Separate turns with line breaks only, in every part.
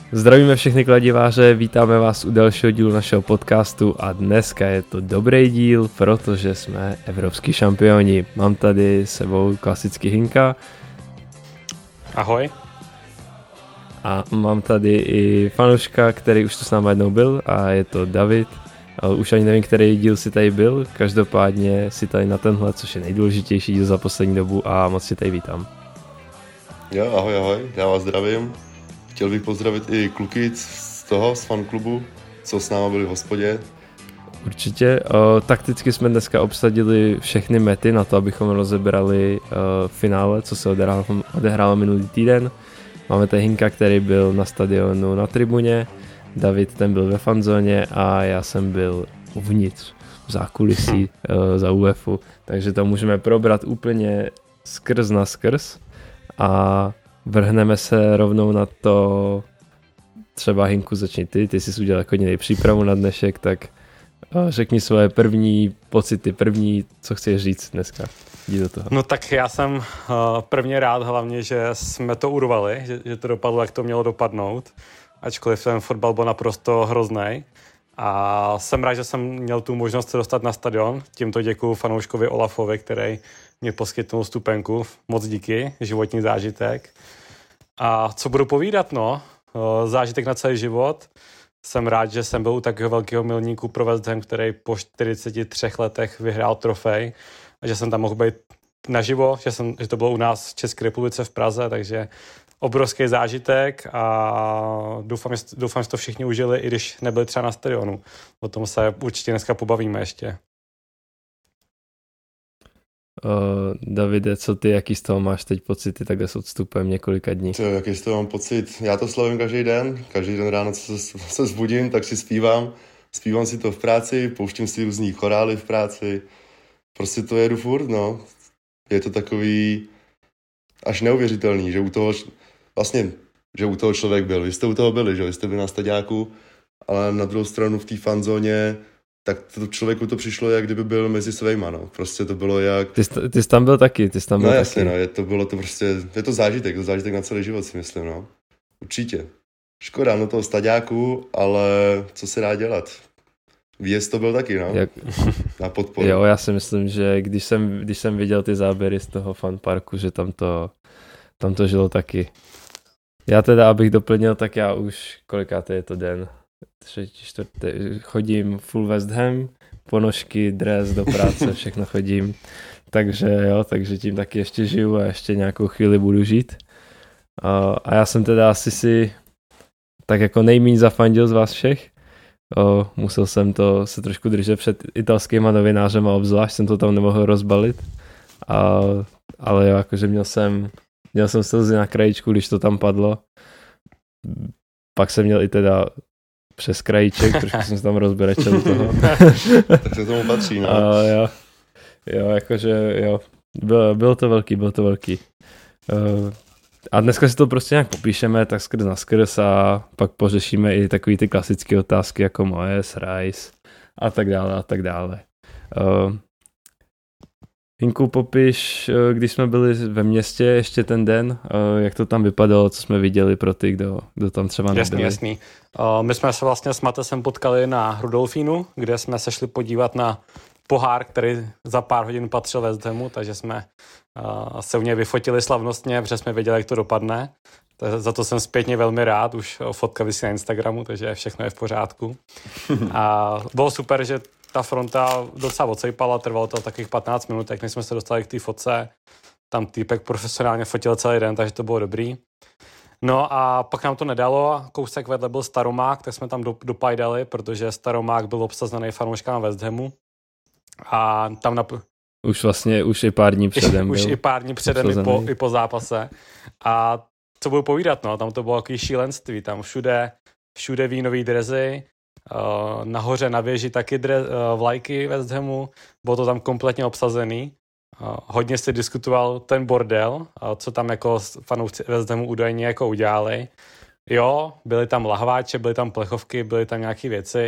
Zdravíme všechny kladiváře, vítáme vás u dalšího dílu našeho podcastu a dneska je to dobrý díl, protože jsme evropský šampioni. Mám tady s sebou klasický Hinka.
Ahoj.
A mám tady i fanouška, který už tu s námi jednou byl a je to David. Ale už ani nevím, který díl si tady byl, každopádně si tady na tenhle, což je nejdůležitější díl za poslední dobu a moc si tady vítám.
Jo, ahoj, já vás zdravím. Chtěl bych pozdravit i kluky z fanklubu, co s náma byli v hospodě.
Určitě. Takticky jsme dneska obsadili všechny mety na to, abychom rozebrali finále, co se odehrálo minulý týden. Máme tady Hinka, který byl na stadionu na tribuně, David ten byl ve fanzóně a já jsem byl uvnitř v zákulisí za UEFu, takže to můžeme probrat úplně skrz na skrz a vrhneme se rovnou na to. Třeba Hinku, začni ty jsi udělal jako přípravu na dnešek, tak řekni svoje první pocity, co chceš říct dneska. Jdi do toho.
No tak já jsem prvně rád hlavně, že jsme to urvali, že to dopadlo, jak to mělo dopadnout, ačkoliv ten fotbal byl naprosto hrozný. A jsem rád, že jsem měl tu možnost se dostat na stadion. Tímto děkuju fanouškovi Olafovi, který mě poskytnul stupenku. Moc díky, životní zážitek. A co budu povídat, no? Zážitek na celý život. Jsem rád, že jsem byl u takového velkého milníku pro West Ham, který po 43 letech vyhrál trofej a že jsem tam mohl být naživo, že to bylo u nás v České republice v Praze, takže obrovský zážitek a doufám, že to všichni užili, i když nebyli třeba na stadionu. O tom se určitě dneska pobavíme ještě.
Davide, co ty, jaký z toho máš teď pocity takhle s odstupem několika dní?
Jaký z toho mám pocit? Já to slavím každý den ráno, co se zbudím, tak si zpívám si to v práci, pouštím si různý chorály v práci, prostě to jedu furt, no. Je to takový až neuvěřitelný, že u toho člověk byl. Vy jste u toho byli, že vy jste byli na stadiáku, ale na druhou stranu v té fanzóně tak to člověku to přišlo, jak kdyby byl mezi svejma, no. Prostě to bylo jak...
Ty jsi tam byl taky,
No jasně, no, je to zážitek na celý život, si myslím, no. Určitě. Škoda, no toho staďáku, ale co se dá dělat? Výjezd to byl taky, no. Na podporu.
Jo, já si myslím, že když jsem viděl ty záběry z toho fanparku, že tam to žilo taky. Já teda, abych doplnil, tak já už, kolikátý je to den? 3., 4. chodím full West Ham, ponožky, dres do práce, všechno chodím, takže tím taky ještě žiju a ještě nějakou chvíli budu žít. A já jsem teda asi si tak jako nejmíň zafandil z vás všech. Musel jsem to se trošku držet před italskýma novinářema, obzvlášť jsem to tam nemohl rozbalit. Ale jo, jakože měl jsem slzy na krajičku, když to tam padlo. Pak jsem měl i teda přes krajíček, trošku jsem se tam rozberečel u toho.
Tak se tomu patří, no.
Jo, jakože jo. Bylo to velký. A dneska si to prostě nějak popíšeme, tak skrz na skrz a pak pořešíme i takový ty klasické otázky jako Moyes, Rice a tak dále. Hinku, popiš, když jsme byli ve městě ještě ten den, jak to tam vypadalo, co jsme viděli pro ty, kdo tam třeba nebyli.
Jasný. My jsme se vlastně s Matesem potkali na Rudolfínu, kde jsme se šli podívat na pohár, který za pár hodin patřil West Hamu, takže jsme se u něj vyfotili slavnostně, protože jsme věděli, jak to dopadne. Za to jsem zpětně velmi rád, už fotka visí na Instagramu, takže všechno je v pořádku. A bylo super, že ta fronta docela odsejpala, trvalo to takových 15 minut, než jsme se dostali k té fotce. Tam týpek profesionálně fotil celý den, takže to bylo dobrý. No a pak nám to nedalo, kousek vedle byl Staromák, tak jsme tam dopajdali, protože Staromák byl obsazený fanouškám West Hamu. A tam
už i pár dní předem
už i pár dní předem i po zápase. A co budu povídat, no, tam to bylo takový šílenství, tam všude vínový drezy, nahoře na věži taky vlajky West Hamu, bylo to tam kompletně obsazený. Hodně se diskutoval ten bordel, co tam jako fanoušci West Hamu údajně jako udělali. Jo, byly tam lahváče, byly tam plechovky, byly tam nějaké věci.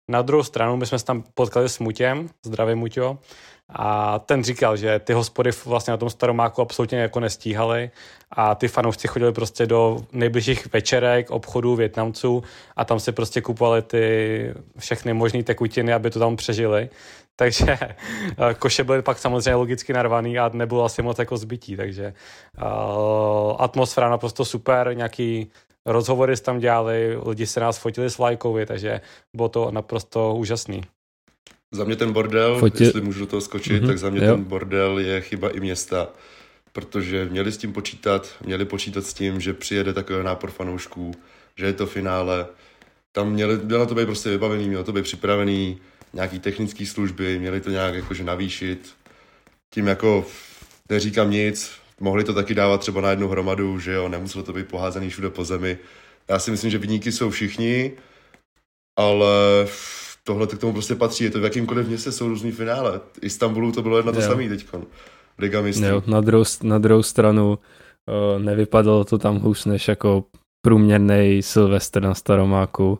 Na druhou stranu my jsme se tam potkali s Mutěm, zdravý Muťo, a ten říkal, že ty hospody vlastně na tom Staromáku absolutně jako nestíhaly a ty fanoušci chodili prostě do nejbližších večerek, obchodů Vietnamců a tam si prostě kupovali ty všechny možné tekutiny, aby to tam přežili. Takže koše byly pak samozřejmě logicky narvaný a nebylo asi moc jako zbytí, takže atmosféra naprosto super, nějaký rozhovory tam dělali, lidi se nás fotili s vlajkovi, takže bylo to naprosto úžasný.
Za mě ten bordel, jestli můžu do toho skočit, tak za mě ten bordel je chyba i města, protože měli počítat s tím, že přijede takový nápor fanoušků, že je to finále. Tam mělo to být prostě vybavený, mělo to být připravený, nějaký technické služby, měli to nějak jakože navýšit. Tím jako neříkám nic, mohli to taky dávat třeba na jednu hromadu, že jo, nemuselo to být poházený všude po zemi. Já si myslím, že viníky jsou všichni, ale tohle k tomu prostě patří. Je to v jakýmkoliv městě jsou různý finále. Istanbulu to bylo jedno to samý teďkon. Liga mistrů.
Na druhou stranu nevypadalo to tam hůř než jako průměrný Silvestr na Staromáku.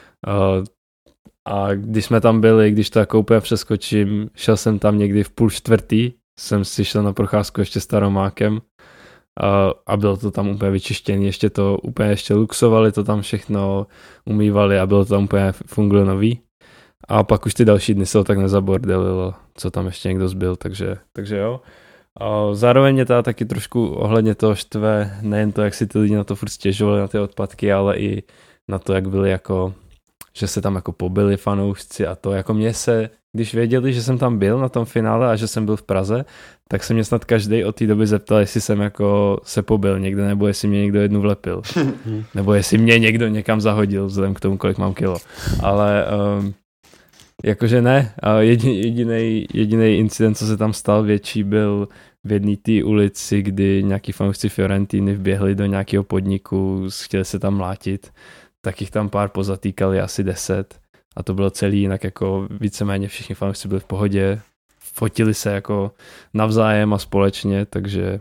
A když jsme tam byli, když to jako úplně přeskočím, šel jsem tam někdy v 3:30, jsem si šel na procházku ještě Staromákem a bylo to tam úplně vyčištěné, ještě to úplně ještě luxovali, to tam všechno umývali a bylo to tam úplně funguje nový. A pak už ty další dny se to tak nezabordelilo, co tam ještě někdo zbyl, takže jo. A zároveň mě teda taky trošku ohledně toho štve, nejen to, jak si ty lidi na to furt stěžovali, na ty odpadky, ale i na to, jak byli jako, že se tam jako pobili fanoušci a to, jako mě se, když věděli, že jsem tam byl na tom finále a že jsem byl v Praze, tak se mě snad každý od té doby zeptal, jestli jsem jako se pobil někde, nebo jestli mě někdo jednu vlepil, nebo jestli mě někdo někam zahodil, vzhledem k tomu, kolik mám kilo. Ale jakože ne, jediný incident, co se tam stal větší, byl v jedné té ulici, kdy nějaký fanoušci Fiorentiny vběhli do nějakého podniku, chtěli se tam mlátit, tak jich tam pár pozatýkali, asi 10 a to bylo celý, jinak jako víceméně všichni fanoušci byli v pohodě, fotili se jako navzájem a společně, takže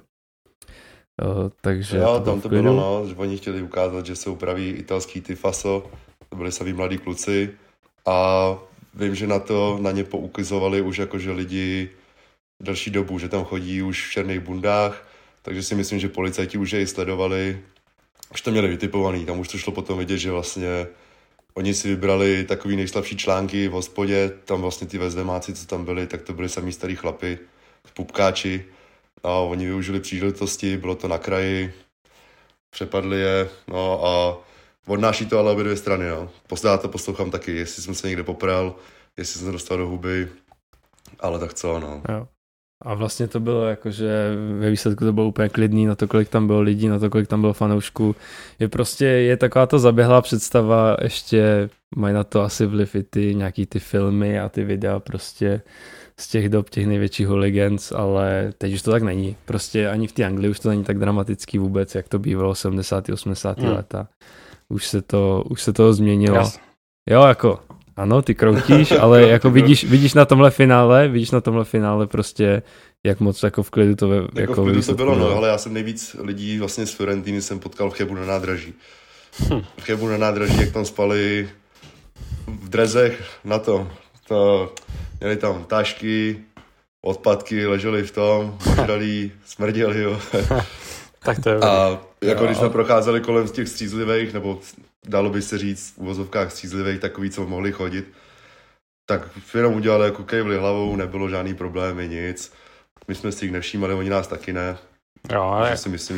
jo, tam to bylo, no, že oni chtěli ukázat, že jsou praví italský tifaso, to byli samý mladí kluci a vím, že na ně poukazovali už jakože lidi další dobu, že tam chodí už v černých bundách, takže si myslím, že policajti už je sledovali, už to měli vytipovaný, tam už to šlo potom vidět, že vlastně oni si vybrali takový nejslabší články v hospodě, tam vlastně ty vezdemáci, co tam byli, tak to byli samý starý chlapi, pupkáči a oni využili příležitosti, bylo to na kraji, přepadli je, no a odnáší to ale obě dvě strany, no. Já to poslouchám taky, jestli jsem se někde popral, jestli jsem se dostal do huby, ale tak co, no.
Jo. A vlastně to bylo jako, že ve výsledku to bylo úplně klidný na to, kolik tam bylo lidí, na to, kolik tam bylo fanoušků. Je taková ta zaběhlá představa, ještě mají na to asi vliv i ty nějaký ty filmy a ty videa prostě z těch dob, těch největších hooligans, ale teď už to tak není. Prostě ani v té Anglii už to není tak dramatický vůbec, jak to bývalo 70. 80. léta. Už se to změnilo. Yes. Jo, jako ano, ty kroutíš, ale jako vidíš na tomhle finále prostě, jak moc jako v klidu to
jako v klidu to bylo, no, ale já jsem nejvíc lidí vlastně z Fiorentiny jsem potkal v Chebu na nádraží. V Chebu na nádraží, jak tam spali v drezech na to měli tam tašky, odpadky, leželi v tom, žrali, smrděli, jo.
Tak to je
a jako když jsme procházeli kolem z těch střízlivých, nebo dalo by se říct v uvozovkách střízlivých, takový, co mohli chodit, tak jenom udělali jako kejvli hlavou, nebylo žádný problémy, nic. My jsme si jich nevšímali, oni nás taky ne.
Jo,
já si myslím,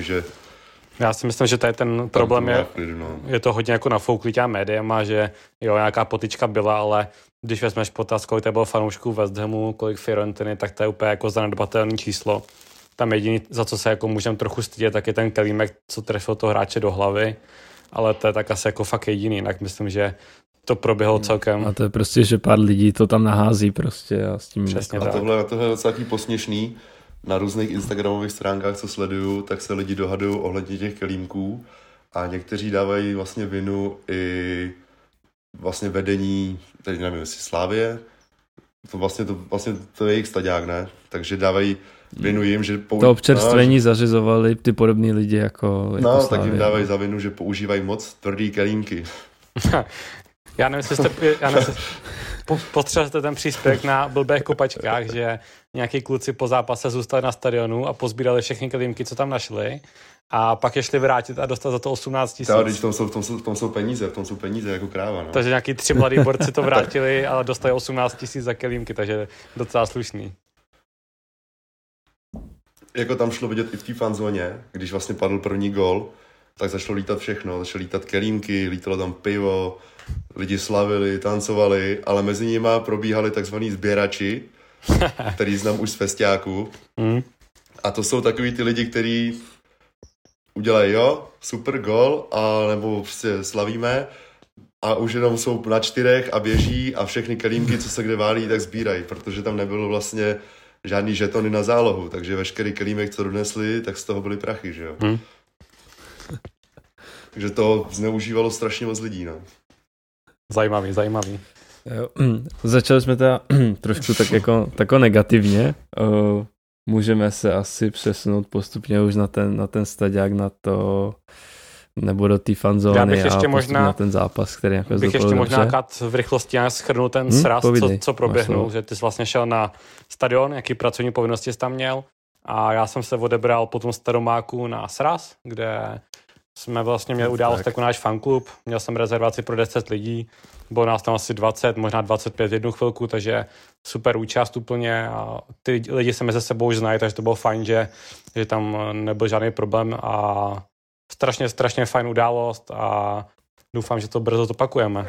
že
tady ten problém je to hodně jako nafouklý těma médiama, že jo, nějaká potyčka byla, ale když vezmeš potaz, kolik to bylo fanoušků West Hamu, kolik Fiorentiny, tak to je úplně jako zanedbatelné číslo. Tam jediný, za co se jako můžeme trochu stydět, tak je ten kelímek, co trefil toho hráče do hlavy, ale to je tak asi jako fakt jediný, tak myslím, že to proběhlo celkem.
A to je prostě, že pár lidí to tam nahází prostě a s tím...
Přesně tak. A tohle je docela taky posměšný. Na různých instagramových stránkách, co sleduju, tak se lidi dohadují ohledně těch kelímků a někteří dávají vlastně vinu i vlastně vedení, teď nevím, jestli Slávie, to je jejich staďák, ne? Takže dávají vinu jim, že...
To občerstvení zařizovali ty podobný lidi jako
tak jim dávají za vinu, že používají moc tvrdý kelímky.
Já nevím, jestli potřebovali jste ten příspěvek na blbých kopačkách, že nějaký kluci po zápase zůstali na stadionu a pozbírali všechny kelímky, co tam našli, a pak je šli vrátit a dostat za to 18 000.
Když v tom jsou peníze jako kráva. No.
Takže nějaký 3 mladí borci to vrátili, ale dostali 18 000 za kelímky, takže docela slušný.
Jako tam šlo vidět i v té fanzóně, když vlastně padl první gól, tak začalo lítat všechno. Začaly lítat kelímky, lítalo tam pivo, lidi slavili, tancovali, ale mezi nimi probíhali takzvaný sběrači, který znám už z festiáků. A to jsou takový ty lidi, kteří udělají, jo, super gól, a nebo prostě slavíme, a už jenom jsou na 4 a běží a všechny kelímky, co se kde válí, tak sbírají, protože tam nebylo vlastně žádný žetony na zálohu, takže veškerý kelímek, co donesli, tak z toho byly prachy, že jo. Takže to zneužívalo strašně moc lidí, no.
Zajímavý.
Jo. Začali jsme teda trošku tak negativně. Můžeme se asi přesunout postupně už na ten stadiák, na to, nebo do té fanzóny a na ten zápas, který jako
bych ještě možná v rychlosti shrnul ten sraz, co proběhnul, že ty jsi vlastně šel na stadion, jaký pracovní povinnosti jsi tam měl, a já jsem se odebral potom Staromáku na sraz, kde jsme vlastně měli událost jako náš fanklub, měl jsem rezervaci pro 10 lidí, bylo nás tam asi 20, možná 25 jednu chvilku, takže super účast úplně, a ty lidi se mezi sebou už znají, takže to bylo fajn, že tam nebyl žádný problém, a strašně fajn událost, a doufám, že to brzo zopakujeme.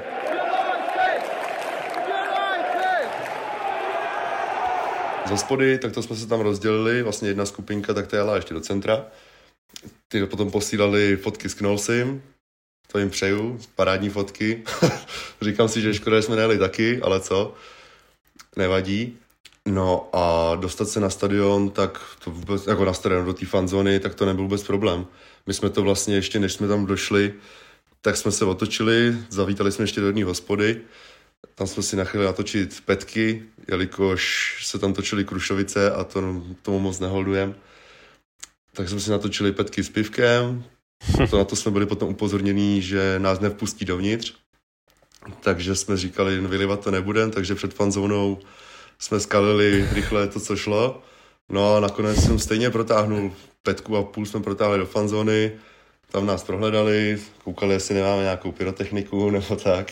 Z hospody, tak to jsme se tam rozdělili, vlastně jedna skupinka, tak to jela ještě do centra. Ty potom posílali fotky s Knolsim, to jim přeju, parádní fotky. Říkám si, že škoda, že jsme nejeli taky, ale co, nevadí. No a dostat se na stadion, tak to vůbec, jako na stadion do té fanzóny, tak to nebyl vůbec problém. My jsme to vlastně ještě, než jsme tam došli, tak jsme se otočili, zavítali jsme ještě do jedné hospody, tam jsme si nechali natočit petky, jelikož se tam točily Krušovice a tomu moc neholdujeme. Tak jsme si natočili petky s pivkem, na to jsme byli potom upozornění, že nás nevpustí dovnitř, takže jsme říkali, vylivat to nebudem, takže před fanzónou jsme skalili rychle to, co šlo. No a nakonec jsem stejně protáhnul 5,5 jsme protáhli do fanzóny, tam nás prohledali, koukali, jestli nemáme nějakou pyrotechniku nebo tak.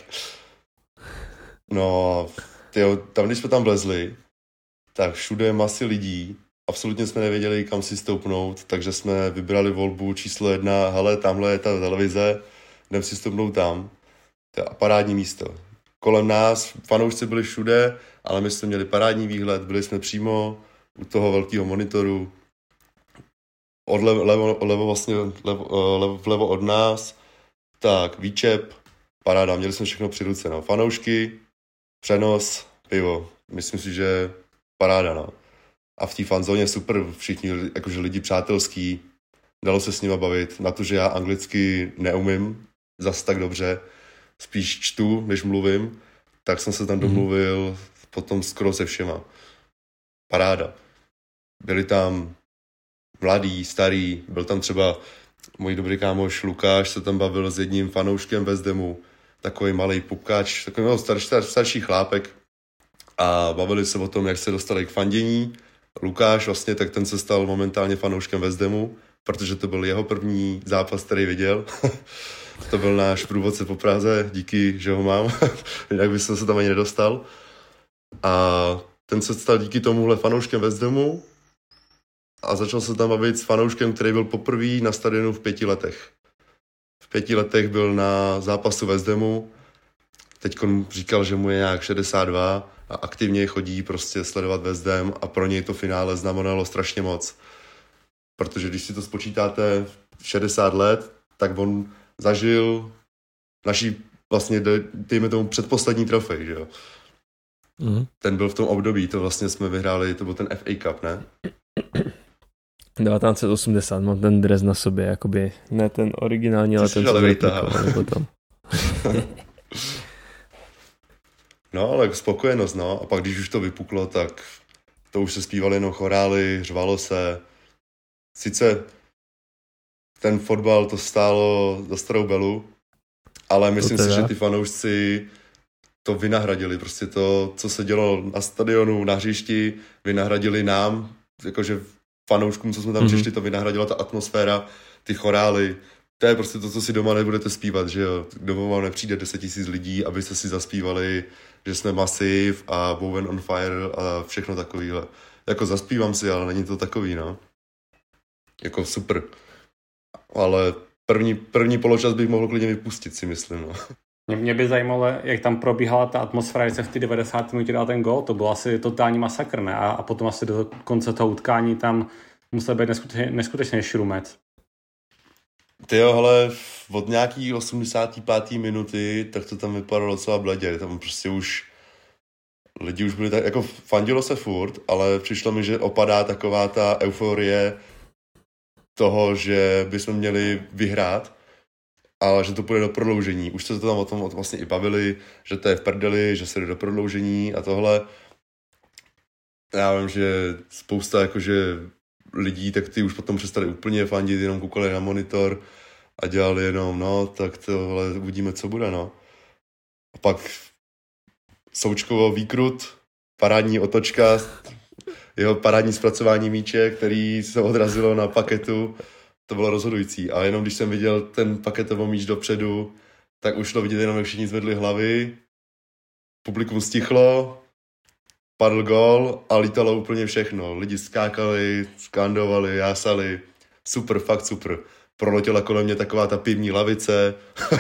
No, tam když jsme tam vlezli, tak všude je masy lidí, absolutně jsme nevěděli, kam si stoupnout, takže jsme vybrali volbu číslo 1, hele, tamhle je ta televize, jdem si stoupnout tam. To je parádní místo. Kolem nás fanoušci byli všude, ale my jsme měli parádní výhled, byli jsme přímo u toho velkého monitoru, vlevo od nás, tak výčep, paráda, měli jsme všechno při ruce, no. Fanoušky, přenos, pivo, myslím si, že paráda, no. A v té fanzóně super, všichni jakože lidi přátelský, dalo se s nima bavit, na to, že já anglicky neumím zas tak dobře, spíš čtu, než mluvím, tak jsem se tam domluvil potom skoro se všema. Paráda. Byli tam mladý, starý, byl tam třeba můj dobrý kámoš Lukáš, se tam bavil s jedním fanouškem West Hamu, takový malý pupkač, takový starší chlápek, a bavili se o tom, jak se dostali k fandění. Lukáš vlastně, tak ten se stal momentálně fanouškem West Hamu, protože to byl jeho první zápas, který viděl. To byl náš průvodce po Praze, díky, že ho mám, jinak bych se tam ani nedostal. A ten se stal díky tomuhle fanouškem West Hamu a začal se tam bavit s fanouškem, který byl poprvé na stadionu v 5 letech. V 5 letech byl na zápasu West Hamu, teď říkal, že mu je nějak 62 a aktivně chodí prostě sledovat West Ham, a pro něj to finále znamenalo strašně moc. Protože když si to spočítáte 60 let, tak on zažil naší vlastně, dejme tomu, předposlední trofej, že jo. Ten byl v tom období, to vlastně jsme vyhráli, to byl ten FA Cup, ne?
1980, mám ten dres na sobě, jakoby, ne ten originální, ale ten, co replikovali potom.
No, ale spokojenost, no. A pak, když už to vypuklo, tak to už se zpívali jenom chorály, řvalo se. Sice ten fotbal to stálo za starou belu, ale myslím si, že ty fanoušci to vynahradili, prostě to, co se dělo na stadionu, na hřišti, vynahradili nám, jakože fanouškům, co jsme tam přišli, to vynahradila ta atmosféra, ty chorály. To je prostě to, co si doma nebudete zpívat, že jo. Domů nepřijde 10 000 lidí, abyste si zaspívali, že jsme Massive a Woven on Fire a všechno takovýhle. Jako zaspívám si, ale není to takový, no. Jako super. Ale první poločas bych mohl klidně vypustit, si myslím, no.
Mě by zajímalo, jak tam probíhala ta atmosféra, když se v té 90. minutě dal ten gól, to byl asi totální masakr, ne? A potom asi do konce toho utkání tam musel být neskutečný šrumec.
Tyjo, hele, od nějaký 85. minuty, tak to tam vypadalo docela bledě, tam prostě už lidi už byli tak, jako fandilo se furt, ale přišlo mi, že opadá taková ta euforie toho, že bychom měli vyhrát, ale že to půjde do prodloužení. Už se to tam o tom vlastně i bavili, že to je v prdeli, že se jde do prodloužení a tohle. Já vím, že spousta jakože lidí, tak ty už potom přestali úplně fandit, jenom koukali na monitor a dělali jenom, no, tak tohle uvidíme, co bude, no. A pak Součkovo výkrut, parádní otočka, jeho parádní zpracování míče, který se odrazilo na paketu, to bylo rozhodující. A jenom když jsem viděl ten paketový míč dopředu, tak už to vidět jenom, jak všichni zvedli hlavy, publikum stichlo, padl gól a lítalo úplně všechno. Lidi skákali, skandovali, jásali. Super, fakt super. Proletěla kolem mě taková ta pivní lavice.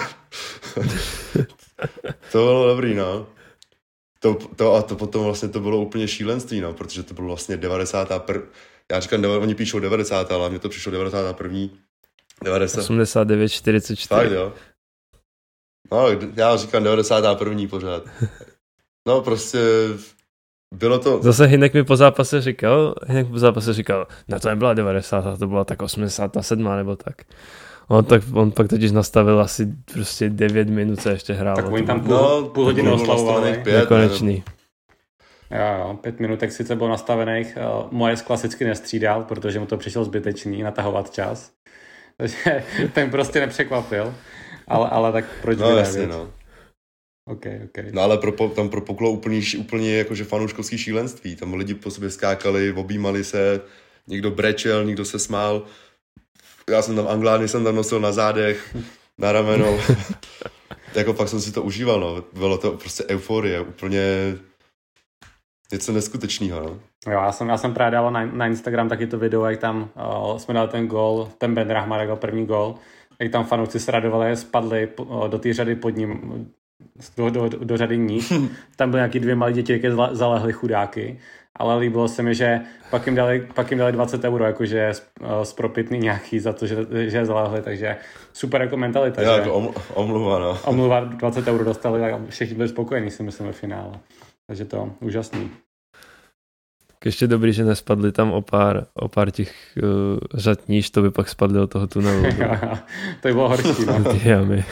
To bylo dobrý, no. To potom vlastně to bylo úplně šílenství, no, protože to bylo vlastně 91. Já říkám, oni píšou 90, ale mně to přišlo 91.
89, 44.
Tak jo. No, já říkám 91. pořád. No, prostě bylo to...
Zase Hinek mi po zápase říkal, no to nebyla 90, to byla tak 87 nebo tak. On pak totiž nastavil asi prostě 9 minut se ještě hrálo.
Tak oni tam půl hodiny oslavovali.
Nekonečný.
Jo, 5 minutek sice bylo nastavených. Moje klasicky nestřídal, protože mu to přišlo zbytečný natahovat čas. Takže ten prostě nepřekvapil. Ale tak proč by
jasně, no.
Okay.
No ale tam propuklo úplně jakože fanouškovský šílenství. Tam lidi po sobě skákali, objímali se, někdo brečel, někdo se smál. Já jsem tam Anglány jsem tam nosil na zádech, na rameno. Jako fakt jsem si to užíval, no. Bylo to prostě euforie, úplně něco neskutečného, no.
Jo, já jsem právě dával na Instagram taky to video, jak tam jsme dali ten gól, ten Ben Rahma dal první gól, jak tam fanoušci se radovali, spadli do té řady pod ním, do řady níž. Tam byly nějaký 2 malé děti, jaké zalehly chudáky, ale líbilo se mi, že pak jim dali 20 €, jakože zpropitný nějaký za to, že zalehli, takže super jako mentalita.
Já, jako omluva, no.
Omluva 20 € dostali a všichni byli spokojení, si myslím, ve finále. Takže to úžasný.
Ještě dobrý, že nespadli tam o pár těch řad níž, to by pak spadli do toho tunelu.
To by bylo horší, no.
Ty jamy.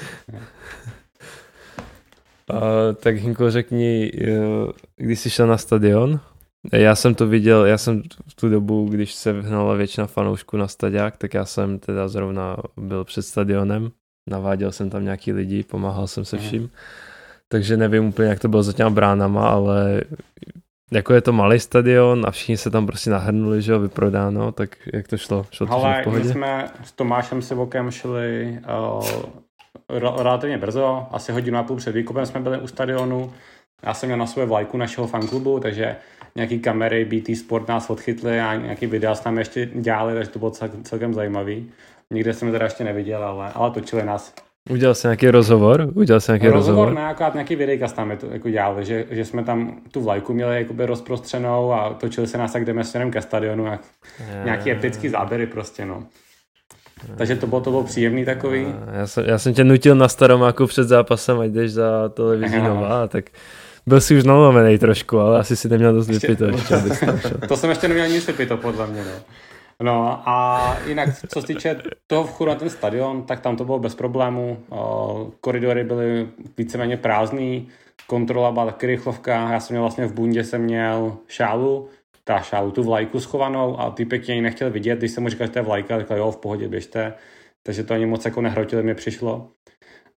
Tak Hinko, řekni, když jsi šel na stadion, já jsem to viděl, já jsem v tu dobu, když se hnala většina fanoušků na stadiák, tak já jsem teda zrovna byl před stadionem, naváděl jsem tam nějaký lidi, pomáhal jsem se vším, takže nevím úplně, jak to bylo za těma bránama, ale jako je to malý stadion a všichni se tam prostě nahrnuli, že jo, vyprodáno, tak jak to šlo? Šlo to v pohodě?
My jsme s Tomášem Sivokem šli relativně brzo, asi 1.5 hodiny před výkupem jsme byli u stadionu. Já jsem měl na své vlajku našeho fanklubu, takže nějaký kamery BT Sport nás odchytli a nějaký videa s námi ještě dělali, takže to bylo celkem zajímavý. Nikde jsem teda ještě neviděl, ale točili nás.
Udělal jsi nějaký rozhovor?
Rozhovor, ne, akorát nějaký videjka s námi to jako dělali, že jsme tam tu vlajku měli jakoby rozprostřenou a točili se nás, jak jdeme směrem ke stadionu, nějaký epický záběry prostě, no. Takže to bylo příjemný takový.
Já jsem tě nutil na Staromáku před zápasem, ať jdeš za televizní Nova, tak byl jsi už nalomenej trošku, ale asi si neměl dost vypito ještě.
To jsem ještě neměl nic vypito, podle mě, no. No a jinak, co se týče toho vchodu na ten stadion, tak tam to bylo bez problémů. Koridory byly víceméně prázdný, kontrola byla taky rychlovka. Já jsem měl vlastně v bundě šálu, tu vlajku schovanou a ty pěkně ji nechtěl vidět, když jsem mu říkal, že to je vlajka, říkal, jo, v pohodě, běžte. Takže to ani moc jako nehrotili, mi přišlo.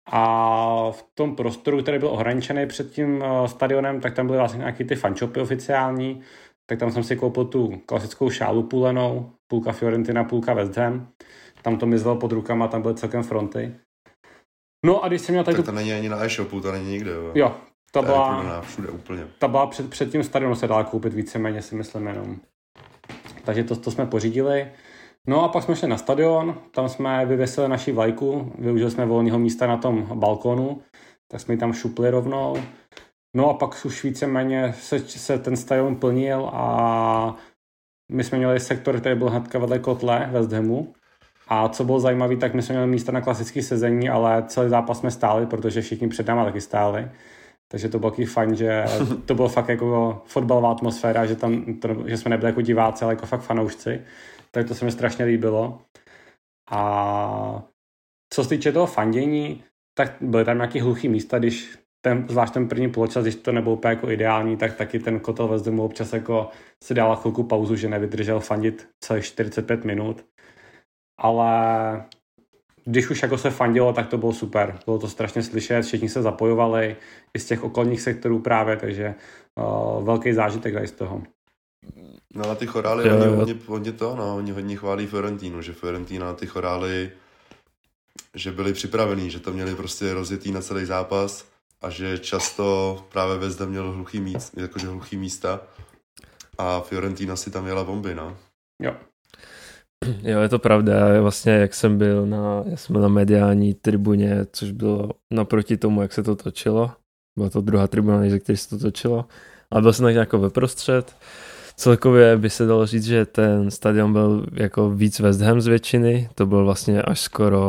A v tom prostoru, který byl ohraničený před tím stadionem, tak tam byly vlastně nějaký ty fanshopy oficiální, tak tam jsem si koupil tu klasickou šálu půlenou, půlka Fiorentina, půlka West Ham. Tam to mizelo pod rukama, tam byly celkem fronty. No a když jsem měl
tak to není ani na e-shopu, to není nikde.
Jo,
ta byla všude úplně.
Ta byla před tím stadionem, se dala koupit víceméně, si myslím jenom. Takže to jsme pořídili. No a pak jsme šli na stadion, tam jsme vyvěsili naši vlajku, využili jsme volného místa na tom balkonu, tak jsme ji tam šupli rovnou. No a pak už víceméně se ten stadion plnil a my jsme měli sektor, který byl hnedka vedle kotle West Hamu. A co bylo zajímavé, tak my jsme měli místa na klasické sezení, ale celý zápas jsme stáli, protože všichni před náma taky stáli. Takže to bylo taky fajn, že to bylo fakt jako fotbalová atmosféra, že jsme nebyli jako diváci, ale jako fakt fanoušci. Tak to se mi strašně líbilo. A co se týče toho fandění, tak byly tam nějaký hluchý místa, když zvlášť ten první poločas, když to nebylo úplně jako ideální, tak taky ten kotel West Hamu občas jako si dala chvilku pauzu, že nevydržel fandit celých 45 minut. Ale když už jako se fandilo, tak to bylo super. Bylo to strašně slyšet, všichni se zapojovali i z těch okolních sektorů právě, takže velký zážitek tady z toho.
No a ty chorály, oni hodně chválí Fiorentinu, že Fiorentina ty chorály, že byli připravení, že to měli prostě rozjetý na celý zápas a že často právě West Ham měl hluchý místa a Fiorentina si tam jela bomby, no.
Jo.
Jo, je to pravda. Já vlastně, jak jsem byl na mediální tribuně, což bylo naproti tomu, jak se to točilo. Byla to druhá tribuna, než který se to točilo. A byl jsem tak jako veprostřed. Celkově by se dalo říct, že ten stadion byl jako víc West Ham z většiny. To bylo vlastně až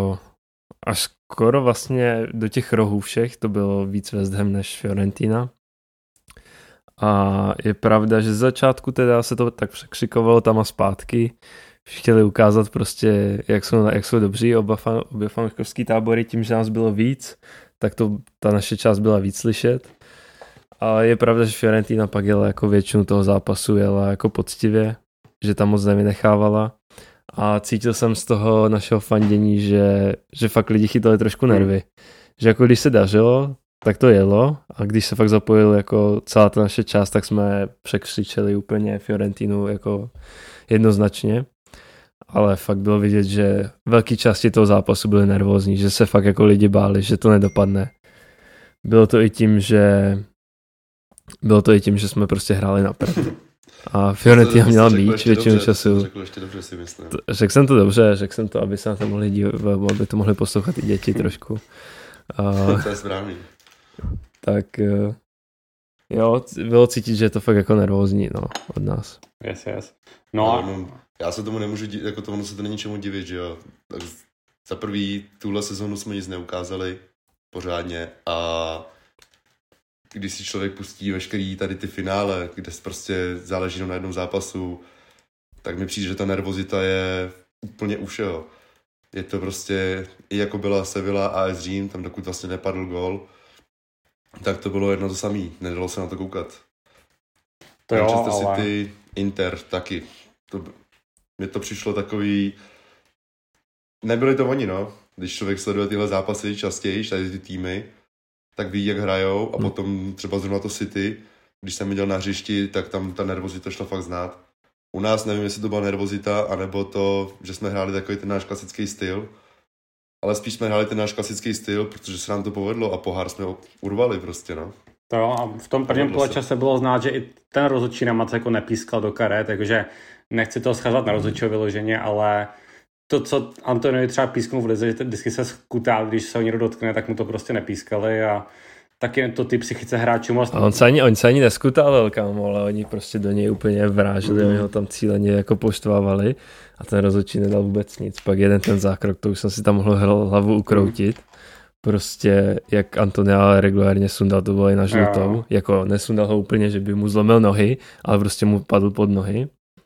skoro vlastně do těch rohů všech. To bylo víc West Ham než Fiorentina. A je pravda, že z začátku teda se to tak překřikovalo tam a zpátky. Chtěli ukázat prostě, jak jsou dobří obě fanouškovský tábory, tím, že nás bylo víc, tak ta naše část byla víc slyšet. A je pravda, že Fiorentina pak jela jako většinu toho zápasu, jela jako poctivě, že tam moc nevynechávala. A cítil jsem z toho našeho fandění, že fakt lidi chytali trošku nervy. Že jako když se dařilo, tak to jelo, a když se fakt zapojil jako celá ta naše část, tak jsme překřičeli úplně Fiorentinu jako jednoznačně. Ale fakt bylo vidět, že velké části toho zápasu byly nervózní, že se fakt jako lidi báli, že to nedopadne. Bylo to i tím, že jsme prostě hráli na prd. A Fiorentina měla míč většinu času. Řekl jsem to dobře, aby se na to mohli dívat, aby to mohli poslouchat i děti trošku.
To je správný.
Tak jo, bylo cítit, že je to fakt jako nervózní, no, od nás.
Yes. No.
Já se tomu nemůžu divit, jako tomu se to není čemu divit, že jo. Tak za prvý tuhle sezónu jsme nic neukázali pořádně a když si člověk pustí veškerý tady ty finále, kde prostě záleží na jednom zápasu, tak mi přijde, že ta nervozita je úplně u všeho. Je to prostě, i jako byla Sevilla a AS Řím, tam dokud vlastně nepadl gól, tak to bylo jedno to samý, nedalo se na to koukat.
To jo,
Manchester
ale...
City, Inter taky. Mně to přišlo takový... Nebyli to oni, no. Když člověk sleduje tyhle zápasy častěji, tady ty týmy, tak ví, jak hrajou a potom třeba zrovna to City, když jsem viděl na hřišti, tak tam ta nervozita šla fakt znát. U nás nevím, jestli to byla nervozita, anebo to, že jsme hráli takový ten náš klasický styl, ale spíš jsme hráli ten náš klasický styl, protože se nám to povedlo a pohár jsme urvali prostě, no.
To jo, a v tom prvním poločase bylo znát, že i ten rozhodčí na moc jako nepískal do karet, takže nechci to scházat na rozhodčího vyloženě, ale to, co Antoniovi třeba písknul v lize, že vždycky se skutá, když se ho někdo dotkne, tak mu to prostě nepískali a taky to ty psychice hráčů moc...
A on se ani neskutával, kámo, ale oni prostě do něj úplně vrážili, oni ho tam cíleně jako poštvávali a ten rozhodčí nedal vůbec nic. Pak jeden ten zákrok, to už jsem si tam mohl hlavu ukroutit. Prostě jak Antonia regulárně sundal, to bylo i na žlutou. Jako nesundal ho úplně, že by mu zlomil nohy, ale prostě mu padl pod nohy.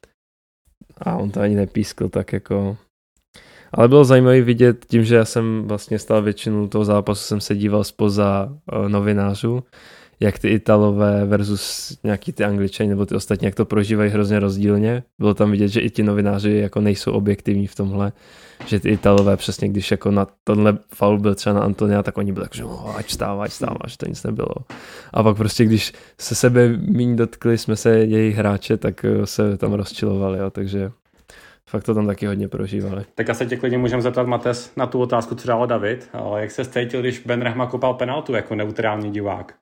A on to ani nepískl, tak jako... Ale bylo zajímavé vidět tím, že já jsem vlastně stál většinu toho zápasu, jsem se díval zpoza novinářů, jak ty Italové versus nějaký ty Angličani nebo ty ostatní, jak to prožívají hrozně rozdílně. Bylo tam vidět, že i ti novináři jako nejsou objektivní v tomhle, že ty Italové přesně, když jako na tenhle faul byl třeba na Antonia, tak oni byli tak, že ať stává, že to nic nebylo. A pak prostě, když se sebe míň dotkli, jsme se jejich hráče, tak se tam rozčilovali, jo, takže fakt to tam taky hodně prožívali.
Tak asi tě klidně můžeme zeptat, Mates, na tu otázku, co dal David. Ale jak se cítil, když Ben Rehma kopal penaltu jako neutrální divák?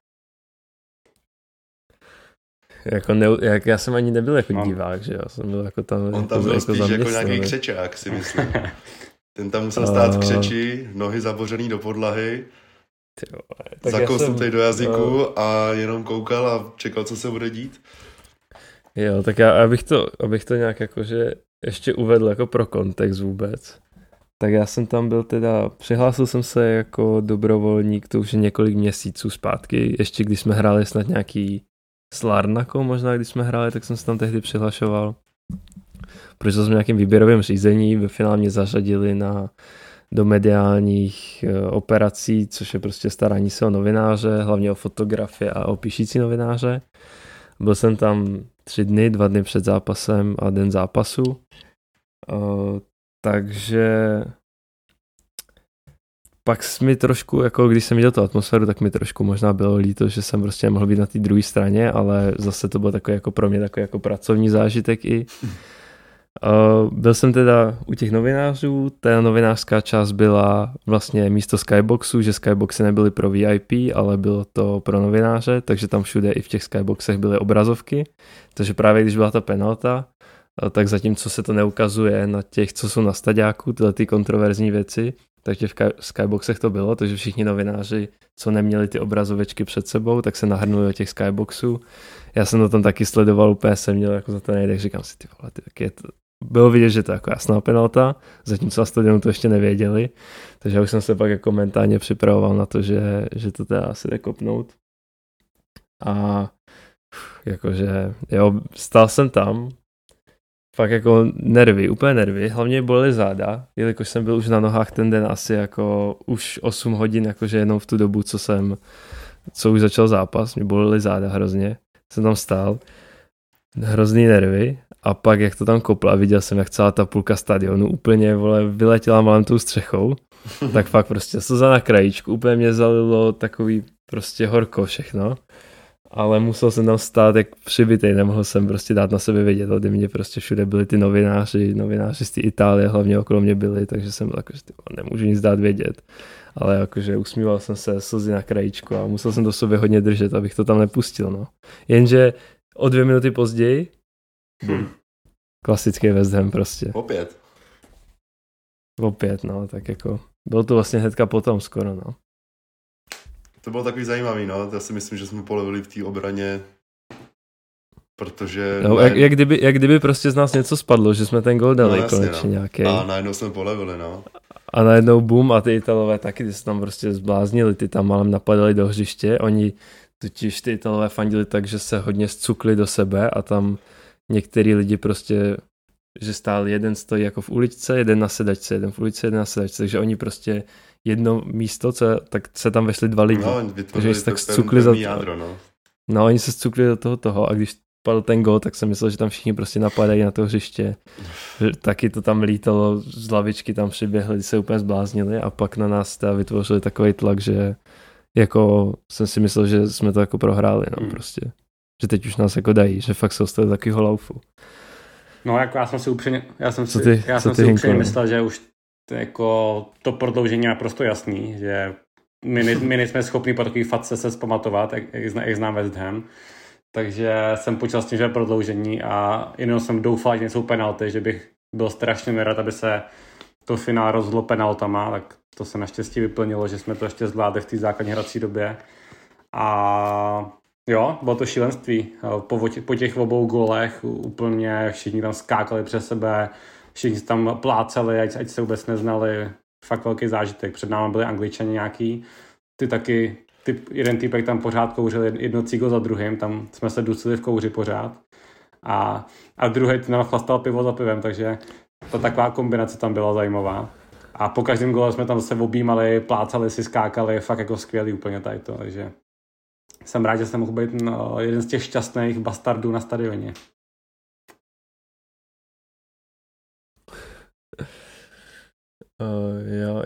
Jak já jsem ani nebyl jako divák, že jo? Jsem byl jako tam.
On tam byl
jako
spíš jako nějaký křečák, si myslím. Ten tam musel stát v křeči, nohy zabořený do podlahy, zakousnutý do jazyku a jenom koukal a čekal, co se bude dít.
Jo, tak abych to nějak jakože ještě uvedl jako pro kontext vůbec. Tak já jsem tam byl přihlásil jsem se jako dobrovolník, to už je několik měsíců zpátky, ještě když jsme hráli snad nějaký s Larnakou možná, když jsme hráli, tak jsem se tam tehdy přihlašoval. Prošel jsem nějakým výběrovým řízení, ve finále mě zařadili do mediálních operací, což je prostě starání se o novináře, hlavně o fotografie a o píšící novináře. Byl jsem tam 3 dny, 2 dny před zápasem a den zápasu. Takže pak mi trošku, jako když jsem viděl tu atmosféru, tak mi trošku možná bylo líto, že jsem prostě nemohl být na té druhé straně, ale zase to bylo takový jako pro mě takový jako pracovní zážitek i. Byl jsem teda u těch novinářů, ta novinářská část byla vlastně místo skyboxu, že skyboxy nebyly pro VIP, ale bylo to pro novináře, takže tam všude i v těch skyboxech byly obrazovky, takže právě když byla ta penalta, tak zatímco se to neukazuje na těch, co jsou na staďáku, tyhle ty kontroverzní věci, tak v skyboxech to bylo, takže všichni novináři, co neměli ty obrazovečky před sebou, tak se nahrnuli do těch skyboxů. Já jsem to tam taky sledoval, úplně jsem měl jako za to nejde, tak říkám si, ty vole, tak je to... Bylo vidět, že to je jako jasná penalta, zatímco na stadionu to ještě nevěděli, takže já už jsem se pak jako mentálně připravoval na to, že to teda asi jde kopnout. A jakože, jo, stál jsem tam, fakt jako úplně nervy, hlavně bolely záda, jelikož jsem byl už na nohách ten den asi jako už 8 hodin, jakože jenom v tu dobu, co už začal zápas, mě bolely záda hrozně, jsem tam stál, hrozný nervy a pak jak to tam kopl a viděl jsem, jak celá ta půlka stadionu úplně, vole, vyletěla malem tou střechou, tak fakt prostě slza na krajíčku, úplně mě zalilo takový prostě horko všechno. Ale musel jsem tam stát jak přibitej, nemohl jsem prostě dát na sebe vědět, ode mě prostě všude byli ty novináři z té Itálie hlavně okolo mě byli, takže jsem byl jako, že nemůžu nic dát vědět. Ale jakože usmíval jsem se, slzy na krajíčku a musel jsem to sobě hodně držet, abych to tam nepustil, no. Jenže o 2 minuty později klasický West Ham prostě. Opět, no, tak jako bylo to vlastně hnedka potom skoro, no.
To bylo takový zajímavý, no. Já si myslím, že jsme polevili v té obraně, protože...
No, jak kdyby prostě z nás něco spadlo, že jsme ten gol dali konečně nějaký.
A najednou jsme polevili, no.
A najednou boom a ty Italové taky, ty se tam prostě zbláznili, ty tam málem napadali do hřiště, oni totiž ty Italové fandili tak, že se hodně zcukli do sebe a tam některý lidi prostě, že stáli, jeden stojí jako v uličce, jeden na sedačce, jeden v ulici, jeden na sedačce, takže oni prostě jedno místo, tak se tam vešli 2 lidi.
No,
takže se tak zcukli za
jádro, no.
No, oni se zcukli do toho a když padl ten gol, tak jsem myslel, že tam všichni prostě napadají na to hřiště. Taky to tam lítalo, z lavičky tam přiběhli, se úplně zbláznili a pak na nás teda vytvořili takový tlak, že jako jsem si myslel, že jsme to jako prohráli, no prostě. Že teď už nás jako dají, že fakt se ostali takovýho laufu.
No, jako já jsem si upřímně myslel, že už jako to prodloužení je naprosto jasný, že my nejsme schopni po takový fatce se zpamatovat, jak znám West Ham. Takže jsem počítal s tím, že je prodloužení a jenom jsem doufal, že nejsou penalty, že bych byl strašně nerad, aby se to finále rozhodlo penaltama, tak to se naštěstí vyplnilo, že jsme to ještě zvládli v té základní hrací době. A jo, bylo to šílenství. Po těch 2 gólech úplně všichni tam skákali přes sebe, všichni tam plácali, ať se vůbec neznali. Fakt velký zážitek. Před námi byli Angličani nějaký, jeden týpek tam pořád kouřil jedno cígo za druhým, tam jsme se dusili v kouři pořád. A druhý nám chlastal pivo za pivem, takže to taková kombinace tam byla zajímavá. A po každém gole jsme tam zase objímali, plácali si, skákali, fakt jako skvělý úplně tady to, takže jsem rád, že jsem mohl být jeden z těch šťastných bastardů na stadioně.
Jo,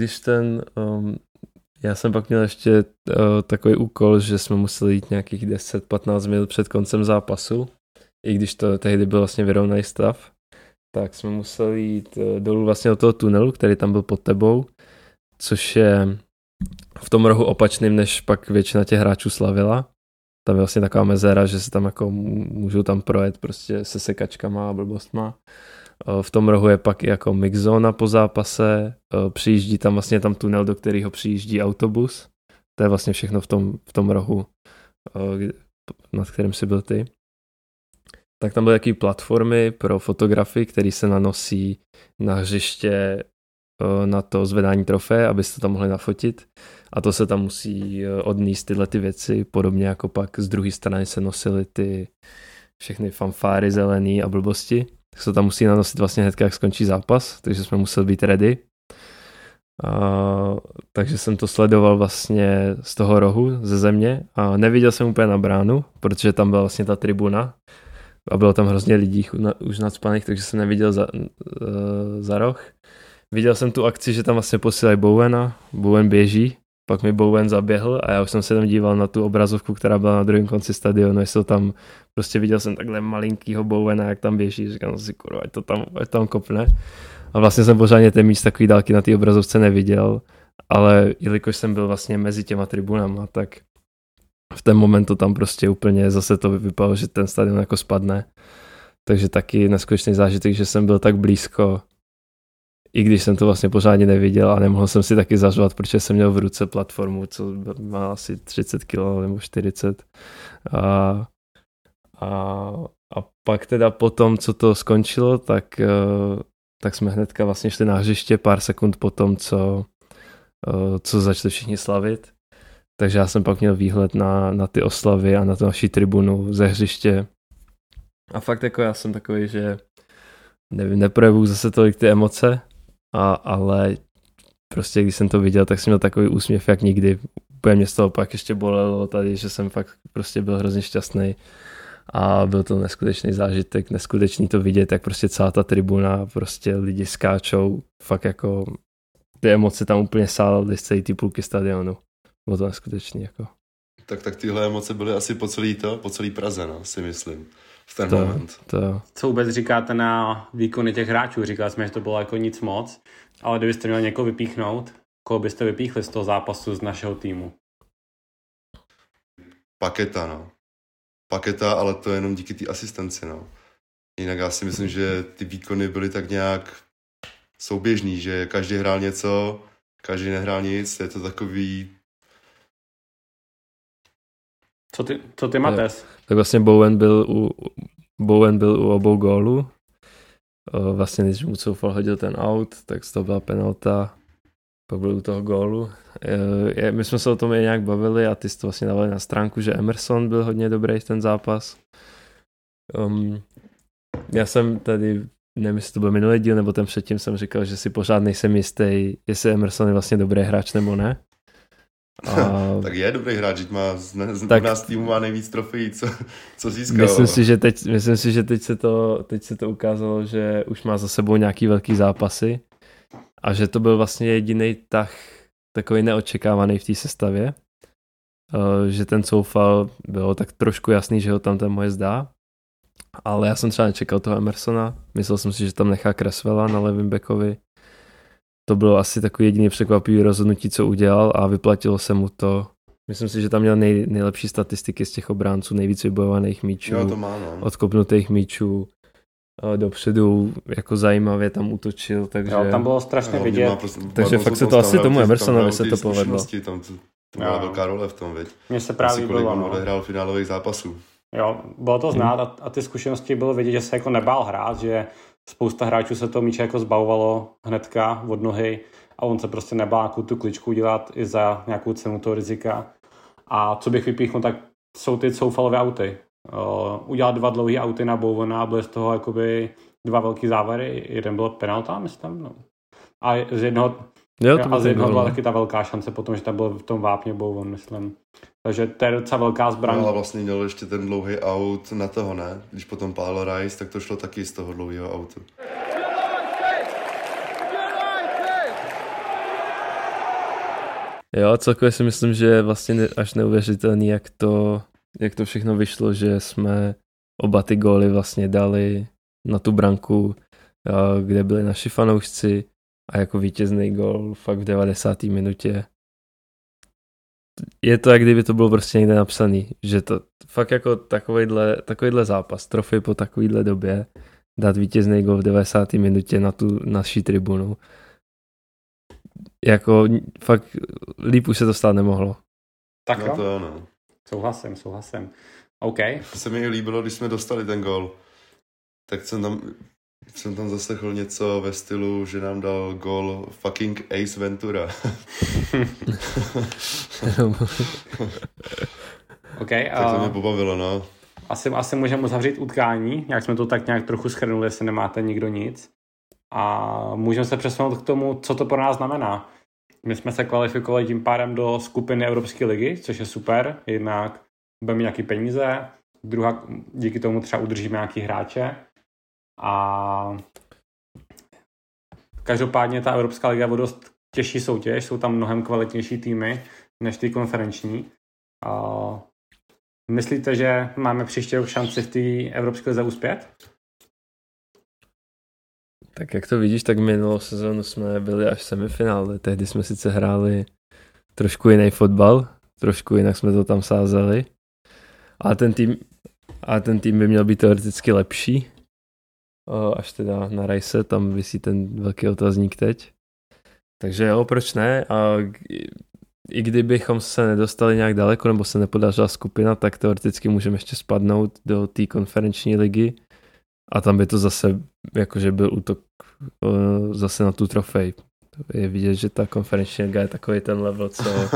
já jsem pak měl ještě takový úkol, že jsme museli jít nějakých 10-15 minut před koncem zápasu, i když to tehdy byl vlastně vyrovnaný stav, tak jsme museli jít dolů vlastně do toho tunelu, který tam byl pod tebou, což je v tom rohu opačným, než pak většina těch hráčů slavila. Tam je vlastně taková mezera, že se tam jako můžou tam projet prostě se sekačkama a blbostma. V tom rohu je pak i jako mixzóna po zápase, přijíždí tam vlastně tam tunel, do kterého přijíždí autobus. To je vlastně všechno v tom rohu, nad kterým jsi byl ty. Tak tam byly takové platformy pro fotografy, které se nanosí na hřiště na to zvedání trofeje, abyste to tam mohli nafotit. A to se tam musí odníst tyhle ty věci, podobně jako pak z druhé strany se nosily ty všechny fanfáry zelený a blbosti. Tak se to tam musí nanosit vlastně hned, jak skončí zápas, takže jsme museli být ready. Takže jsem to sledoval vlastně z toho rohu, ze země a neviděl jsem úplně na bránu, protože tam byla vlastně ta tribuna a bylo tam hrozně lidí už nacpaných, takže jsem neviděl za roh. Viděl jsem tu akci, že tam vlastně posílají Bowena, Bowen běží, pak mi Bowen zaběhl a já už jsem se tam díval na tu obrazovku, která byla na druhém konci stadionu, jestli tam prostě viděl jsem takhle malinkýho Bowena, jak tam běží, říkám si, kurva, ať tam kopne. A vlastně jsem pořádně ten míč takový dálky na té obrazovce neviděl, ale jelikož jsem byl vlastně mezi těma tribunama, tak v ten moment to tam prostě úplně zase to vypadalo, že ten stadion jako spadne. Takže taky neskutečný zážitek, že jsem byl tak blízko, i když jsem to vlastně pořádně neviděl a nemohl jsem si taky zařvat, protože jsem měl v ruce platformu, co má asi 30 kg nebo 40. A pak teda potom, co to skončilo, tak jsme hnedka vlastně šli na hřiště pár sekund potom, co začali všichni slavit. Takže já jsem pak měl výhled na ty oslavy a na tu naši tribunu ze hřiště. A fakt jako já jsem takový, že neprojevuju zase tolik ty emoce, ale prostě když jsem to viděl, tak jsem měl takový úsměv jak nikdy. Úplně mě z toho pak ještě bolelo tady, že jsem fakt prostě byl hrozně šťastný a byl to neskutečný zážitek, neskutečný to vidět, jak prostě celá ta tribuna, prostě lidi skáčou, fakt jako ty emoce tam úplně sálaly z celé ty půlky stadionu. Bylo to neskutečný jako.
Tak tyhle emoce byly asi po celý Praze, no, si myslím. V ten moment.
Co vůbec říkáte na výkony těch hráčů? Říkali jsme, že to bylo jako nic moc, ale kdybyste měli někoho vypíchnout, koho byste vypíchli z toho zápasu z našeho týmu?
Paketa, ale to je jenom díky té asistenci, no. Jinak já si myslím, že ty výkony byly tak nějak souběžný, že každý hrál něco, každý nehrál nic, je to takový...
Co ty Mates?
Tak vlastně Bowen byl u obou gólů. Vlastně když mu Coufal hodil ten out, tak to byla penalta. Pak byl u toho gólu. My jsme se o tom i nějak bavili a ty jsi to vlastně dávali na stránku, že Emerson byl hodně dobrý v ten zápas. Já jsem tady, nevím, jestli to byl minulý díl, nebo ten předtím jsem říkal, že si pořád nejsem jistý, jestli Emerson je vlastně dobrý hráč nebo ne.
Tak je dobrý hráč, že má z nás týmu má nejvíc trofejí, co získal.
Myslím si, že teď se to ukázalo, že už má za sebou nějaký velký zápasy a že to byl vlastně jediný tah takový neočekávaný v té sestavě, že ten Coufal bylo tak trošku jasný, že ho tam ten Moyes dá, ale já jsem třeba nečekal toho Emersona, myslel jsem si, že tam nechá Cresswella na levém backovi. To bylo asi takový jediný překvapivý rozhodnutí, co udělal a vyplatilo se mu to. Myslím si, že tam měl nejlepší statistiky z těch obránců, nejvíc vybojovaných míčů, odkopnutých míčů, dopředu jako zajímavě tam útočil, takže...
Jo, tam bylo strašně vidět.
Takže fakt se to asi tomu Emersonovi se to povedlo.
To byla velká role v tom, viď?
Mně se právě
líbilo. On odehrál finálových zápasů.
Jo, bylo to znát a ty zkušenosti bylo vidět, že se jako nebál hrát, že spousta hráčů se toho míče jako zbavovalo hnedka od nohy a on se prostě nebál tu kličku dělat i za nějakou cenu toho rizika. A co bych vypíchnul, tak jsou ty Coufalové auty. Udělal 2 dlouhé auty na Bowena a byly z toho jakoby 2 velký závěry. Jeden byl penalta, myslím. No. A z jednoho
Jo, to
a z jednoho byla
no.
taky ta velká šance potom, že tam byl v tom vápně Bowen, myslím. Takže to je docela velká zbraň.
No a vlastně měl ještě ten dlouhý aut na toho, ne? Když potom pál Rice, tak to šlo taky z toho dlouhého autu.
Jo, celkově si myslím, že je vlastně až neuvěřitelný, jak to všechno vyšlo, že jsme oba ty góly vlastně dali na tu branku, kde byli naši fanoušci a jako vítězný gól fakt v 90. minutě. Je to, jak kdyby to bylo prostě někde napsaný, že to fakt jako takovýhle zápas, trofej po takovýhle době, dát vítězný gól v 90. minutě na tu naší tribunu. Jako fakt líp už se to stát nemohlo.
Tak
no
jo.
To ano.
Souhlasím. OK.
To se mi líbilo, když jsme dostali ten gól. Tak jsem tam zaslechl něco ve stylu, že nám dal gól fucking Ace Ventura.
Okay,
tak to mě pobavilo, no.
Asi můžeme uzavřít utkání, jak jsme to tak nějak trochu shrnuli, jestli nemáte nikdo nic. A můžeme se přesunout k tomu, co to pro nás znamená. My jsme se kvalifikovali tím pádem do skupiny Evropské ligy, což je super. Jednak budeme nějaký peníze, druhá, díky tomu třeba udržíme nějaký hráče. A každopádně ta Evropská liga je dost těžší soutěž, jsou tam mnohem kvalitnější týmy než ty konferenční. A myslíte, že máme příště šanci v té Evropské lize uspět?
Tak jak to vidíš, tak minulou sezónu jsme byli až v semifinále. Tehdy jsme sice hráli trošku jiný fotbal, trošku jinak jsme to tam sázeli. A ten tým by měl být teoreticky lepší. Až teda na Rice, tam visí ten velký otazník teď. Takže jo, proč ne? A i kdybychom se nedostali nějak daleko, nebo se nepodařila skupina, tak teoreticky můžeme ještě spadnout do té konferenční ligy. A tam by to zase, jakože byl útok zase na tu trofej. Je vidět, že ta konferenční liga je takový ten level,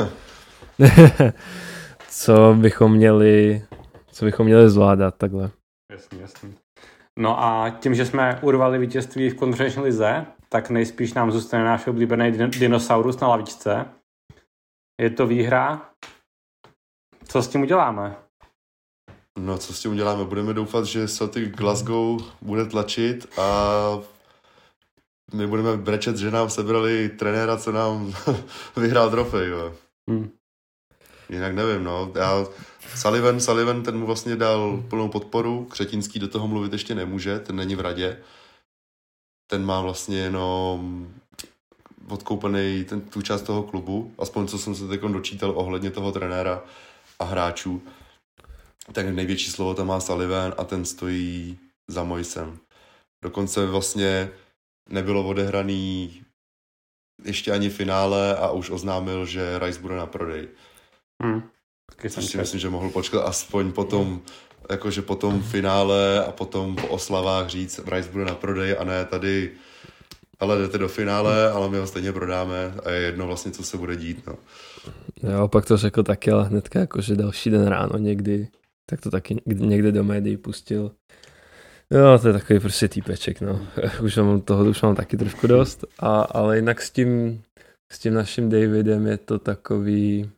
co bychom měli zvládat takhle.
Jasně. No a tím, že jsme urvali vítězství v konferenční lize, tak nejspíš nám zůstane náš oblíbený dinosaurus na lavičce. Je to výhra. Co s tím uděláme?
No, co s tím uděláme? Budeme doufat, že Celtic Glasgow bude tlačit a my budeme brečet, že nám sebrali trenéra, co nám vyhrál trofej. Jinak nevím, no. Sullivan, ten mu vlastně dal plnou podporu, Křetinský do toho mluvit ještě nemůže, ten není v radě. Ten má vlastně jenom odkoupený tu část toho klubu, aspoň co jsem se teď dočítal ohledně toho trenéra a hráčů. Tak největší slovo tam má Sullivan a ten stojí za Moisem. Dokonce vlastně nebylo odehraný ještě ani finále a už oznámil, že Rice bude na prodej. Což si myslím, že mohl počkat aspoň potom, jakože po tom finále a potom po oslavách říct, Rice bude na prodej a ne tady, ale jdete do finále, ale my ho stejně prodáme a je jedno vlastně, co se bude dít. No.
Jo, pak to řekl taky, ale hnedka jakože další den ráno někdy, tak to taky někde do médií pustil. Jo, to je takový prostě týpeček, no. Už mám taky trošku dost, ale jinak s tím naším Davidem je to takový,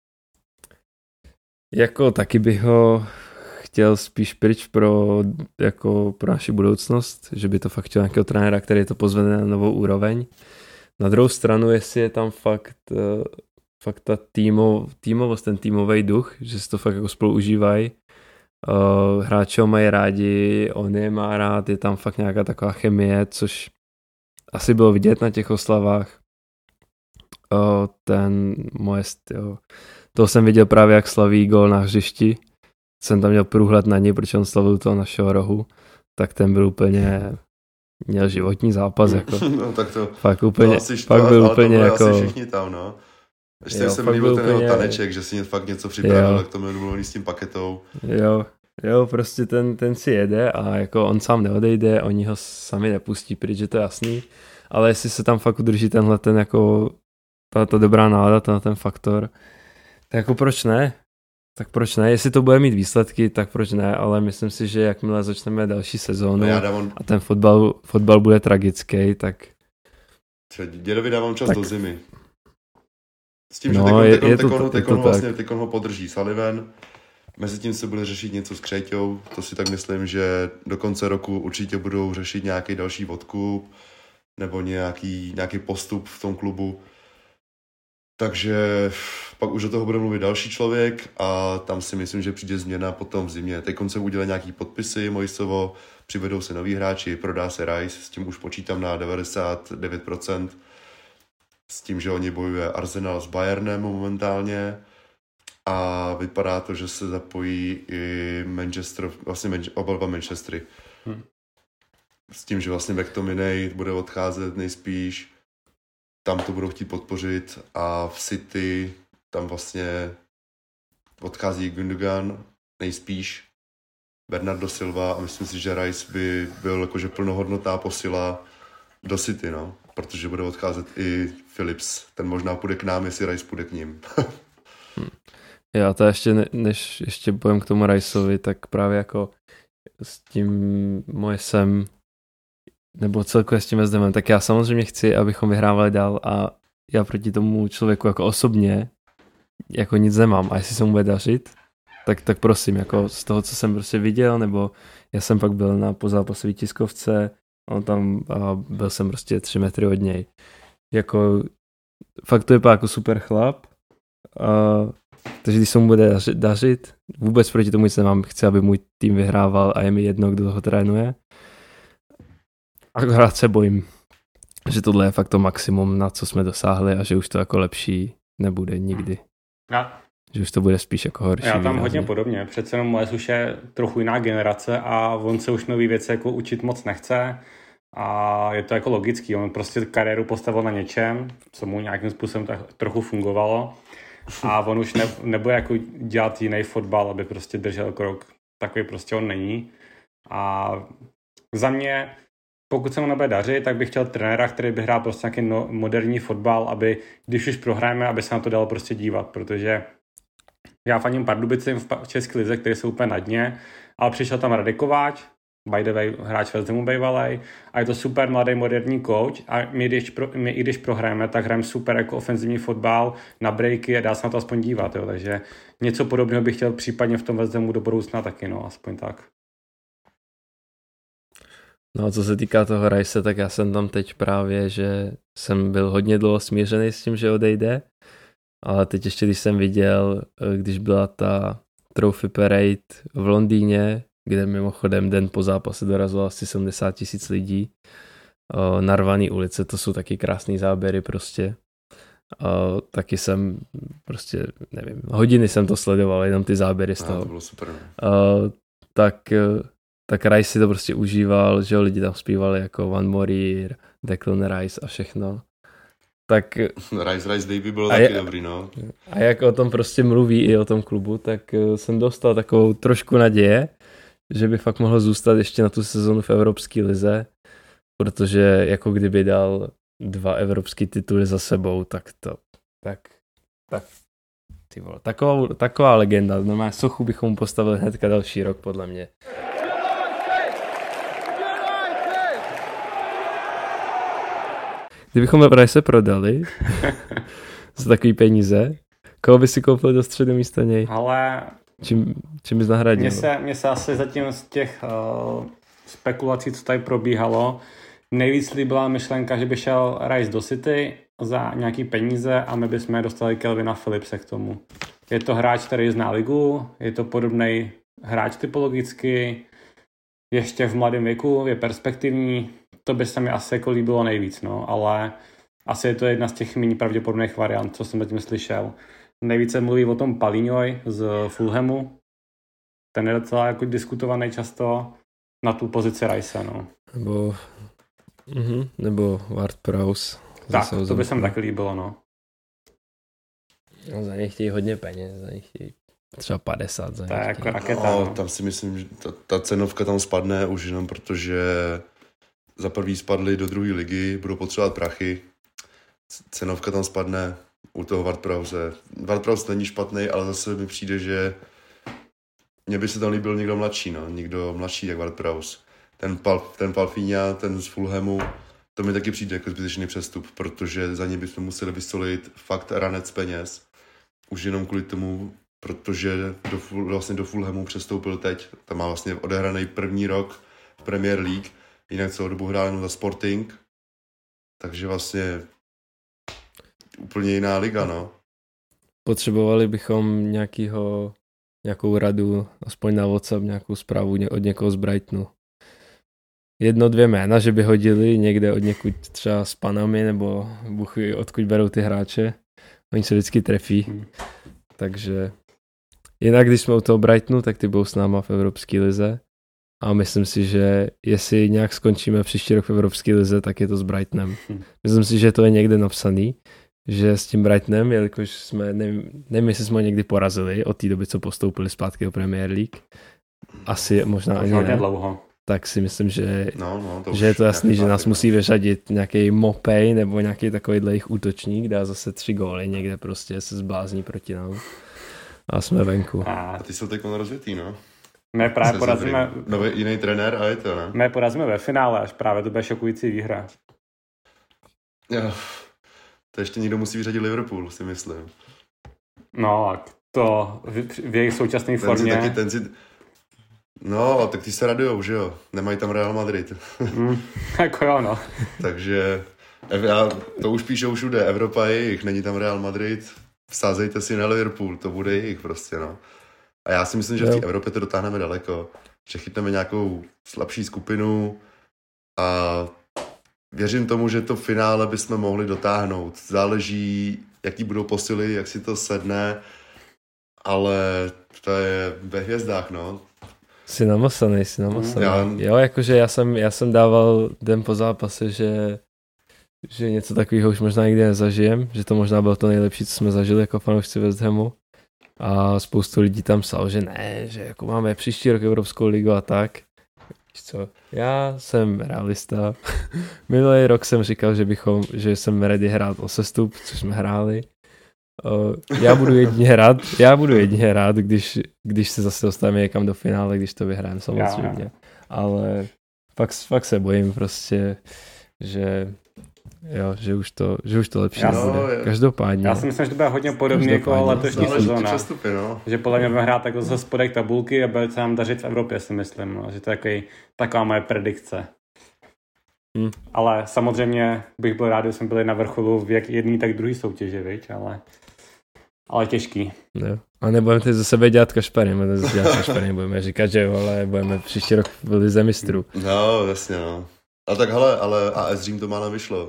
jako taky bych ho chtěl spíš pryč pro naši budoucnost, že by to fakt chtěl nějakého trenéra, který to pozvede na novou úroveň. Na druhou stranu, jestli je tam fakt ta týmovost, ten týmový duch, že si to fakt jako spolu užívají. Hráči ho mají rádi, on je má rád, je tam fakt nějaká taková chemie, což asi bylo vidět na těch oslavách. Ten Moest, jo. To jsem viděl právě, jak slaví gól na hřišti. Jsem tam měl průhled na něj, protože on slavil toho našeho rohu. Tak ten byl úplně, měl životní zápas. Jako.
No tak to,
fakt úplně,
to
byl úplně
jako...
asi
všichni tam, no. Ještě jsem líbil ten jeho taneček, že si fakt něco připravil, jak to měl domluvený s tím paketou.
Jo, prostě ten si jede a jako on sám neodejde, oni ho sami nepustí pryč, že to je jasný. Ale jestli se tam fakt udrží tenhle ten jako ta dobrá nálada, ten faktor, tak jako proč ne? Tak proč ne? Jestli to bude mít výsledky, tak proč ne? Ale myslím si, že jakmile začneme další sezónu a ten fotbal bude tragický, tak
Dědovi dávám čas
tak...
do zimy. S tím,
no,
že Tekon
vlastně
ho podrží Sullivan. Mezitím se bude řešit něco s Křeťou. To si tak myslím, že do konce roku určitě budou řešit nějaký další odkup nebo nějaký postup v tom klubu. Takže pak už do toho bude mluvit další člověk a tam si myslím, že přijde změna potom v zimě. Teď se udělají nějaký podpisy, Mojsovo, přivedou se noví hráči, prodá se Rice, s tím už počítám na 99%. S tím, že oni bojuje Arsenal s Bayernem momentálně a vypadá to, že se zapojí i Manchester, vlastně oba dva Manchestery. S tím, že vlastně McTominay bude odcházet nejspíš, tam to budou chtít podpořit a v City tam vlastně odchází Gundogan nejspíš, Bernardo Silva a myslím si, že Rice by byl jakože plnohodnotná posila do City, no, protože bude odcházet i Phillips, ten možná půjde k nám, jestli Rice půjde k ním.
Já to ještě, než ještě pojem k tomu Riceovi, tak právě jako s tím Moyesem nebo celkově s tím West Hamem, tak já samozřejmě chci, abychom vyhrávali dál a já proti tomu člověku jako osobně jako nic nemám a jestli se mu bude dařit, tak prosím, jako z toho, co jsem prostě viděl, nebo já jsem pak byl na pozápasové tiskovce, on tam a byl jsem prostě 3 metry od něj. Jako fakt to vypadá jako super chlap, takže když se mu bude dařit, vůbec proti tomu nic nemám, chci, aby můj tým vyhrával a je mi jedno, kdo toho trénuje. Akorát se bojím, že tohle je fakt to maximum, na co jsme dosáhli a že už to jako lepší nebude nikdy. Že už to bude spíš jako horší.
Já tam
výrazně.
hodně podobně. Přece jenom Moyes už je trochu jiná generace a on se už nový věci jako učit moc nechce a je to jako logický. On prostě kariéru postavil na něčem, co mu nějakým způsobem tak trochu fungovalo a on už nebude jako dělat jiný fotbal, aby prostě držel krok. Takový prostě on není. A za mě, pokud se mu nebude dařit, tak bych chtěl trenéra, který by hrál prostě nějaký moderní fotbal, aby když už prohrajeme, aby se na to dalo prostě dívat, protože já faním Pardubicím v České lize, který jsou úplně na dně, ale přišel tam Radek Kováč, by the way, hráč West Hamu bývalej, a je to super mladý moderní coach a my i když prohrajeme, tak hrajeme super jako ofenzivní fotbal na breaky a dá se na to aspoň dívat, jo, takže něco podobného bych chtěl případně v tom West Hamu do budoucna taky, no, aspoň tak.
No a co se týká toho Rice, tak já jsem tam teď právě, že jsem byl hodně dlouho smířený s tím, že odejde, ale teď ještě, když jsem viděl, když byla ta Trophy Parade v Londýně, kde mimochodem den po zápase dorazilo asi 70 000 lidí, narvaný ulice, to jsou taky krásný záběry prostě. Taky jsem prostě, nevím, hodiny jsem to sledoval, jenom ty záběry z toho.
To bylo super.
Tak Rice si to prostě užíval, že lidi tam zpívali jako One More Year, Declan Rice a všechno. Tak
Rice Baby bylo taky dobrý, no.
A jak o tom prostě mluví i o tom klubu, tak jsem dostal takovou trošku naděje, že by fakt mohl zůstat ještě na tu sezonu v Evropské lize, protože jako kdyby dal 2 evropské tituly za sebou, tak ty vole, taková legenda, normálně sochu bychom mu postavili hnedka další rok, podle mě. Kdybychom Rice prodali za takový peníze, koho by si koupil do středu místo něj?
Ale
čím bys nahradil?
Mně se asi zatím z těch spekulací, co tady probíhalo, nejvíc líbila myšlenka, že by šel Rice do City za nějaký peníze a my bychom dostali Calvina Phillipse k tomu. Je to hráč, který zná ligu, je to podobný hráč typologicky, ještě v mladém věku, je perspektivní, to by se mi asi jako líbilo nejvíc, no, ale asi je to jedna z těch méně pravděpodobných variant, co jsem zatím slyšel. Nejvíce mluví o tom Paulinhoj z Fulhamu, ten je docela jako diskutovaný často na tu pozici Rice, no.
Nebo Ward-Prowse.
Tak, to by se mi taky líbilo, no.
No, za ně chtějí hodně peněz, za ně chtějí třeba 50 za ně.
To je jako raketa, no.
Tam si myslím, že ta cenovka tam spadne už jenom protože za prvý spadli do druhé ligy, budou potřebovat prachy. Cenovka tam spadne u toho Ward-Prowse. Ward-Prowse není špatný, ale zase mi přijde, že mně by se tam líbil někdo mladší, no. Někdo mladší jak Ward-Prowse. Ten Palfinha, ten z Fulhamu, to mi taky přijde jako zbytečný přestup, protože za ně bychom museli vysolit fakt ranec peněz. Už jenom kvůli tomu, protože do Fulhamu přestoupil teď. Tam má vlastně odehraný první rok v Premier League, jinak celou dobu hrál jenom za Sporting. Takže vlastně úplně jiná liga, no.
Potřebovali bychom nějakou radu, aspoň na WhatsApp, nějakou zprávu od někoho z Brightonu. 1-2 jména, že by hodili někde od někud třeba s Panami, nebo buchy, odkud berou ty hráče. Oni se vždycky trefí. Takže jinak, když jsme u toho Brightonu, tak ty budou s náma v Evropské lize. A myslím si, že jestli nějak skončíme příští rok v Evropské lize, tak je to s Brightonem. Myslím si, že to je někde napsaný, že s tím Brightonem, jelikož jsme, nevím, jestli jsme ho někdy porazili od té doby, co postoupili zpátky do Premier League. Asi možná ani ne.
Dlouho.
Tak si myslím, že je to jasný, že nás musí vyřadit nějaký Mopej nebo nějaký takovýhle jejich útočník, dá zase 3 góly, někde prostě se zblázní proti nám. A jsme venku.
A ty jsou teď rozvětý, no.
My právě porazíme...
Nový jiný trenér a je to, ne?
My porazíme ve finále, až právě to bude šokující výhra.
Jo. To ještě někdo musí vyřadit Liverpool, si myslím.
No, to v jejich současné formě...
No, tak ty se radujou, že jo? Nemají tam Real Madrid.
Jako jo, no.
Takže to už píšou všude. Evropa je jejich, není tam Real Madrid. Vsázejte si na Liverpool, to bude jejich prostě, no. A já si myslím, že v té Evropě to dotáhneme daleko. Že chytneme nějakou slabší skupinu a věřím tomu, že to finále bychom mohli dotáhnout. Záleží, jaký budou posily, jak si to sedne, ale to je ve hvězdách, no.
Jsi namosanej. Jo, jakože já jsem dával den po zápase, že něco takového už možná nikdy nezažijem, že to možná bylo to nejlepší, co jsme zažili jako fanoušci West Hamu. A spoustu lidí tam psal, že ne, že jako máme příští rok Evropskou ligu a tak. Víš co, já jsem realista. Minulý rok jsem říkal, že jsem ready hrát o sestup, což jsme hráli. Já budu jedině rád, když se zase dostaneme někam do finále, když to vyhrajeme samozřejmě. Ale fakt se bojím prostě, že už to lepší bude. Každopádně.
Já si myslím, že to bude hodně podobně jako letošní sezóna. Že podle mě budeme hrát takhle ze spodek tabulky a bude se nám dařit v Evropě, si myslím. No. Že to je taková moje predikce. Ale samozřejmě bych byl rád, že jsme byli na vrcholu v jak jedný, tak druhý soutěži, viď? Ale těžký.
No. A nebudeme teď ze sebe dělat kašpary, budeme říkat, že jo, ale budeme příští rok v lize mistrů.
No, jasně, no. A tak hele, ale AS Řím to má nevyšlo.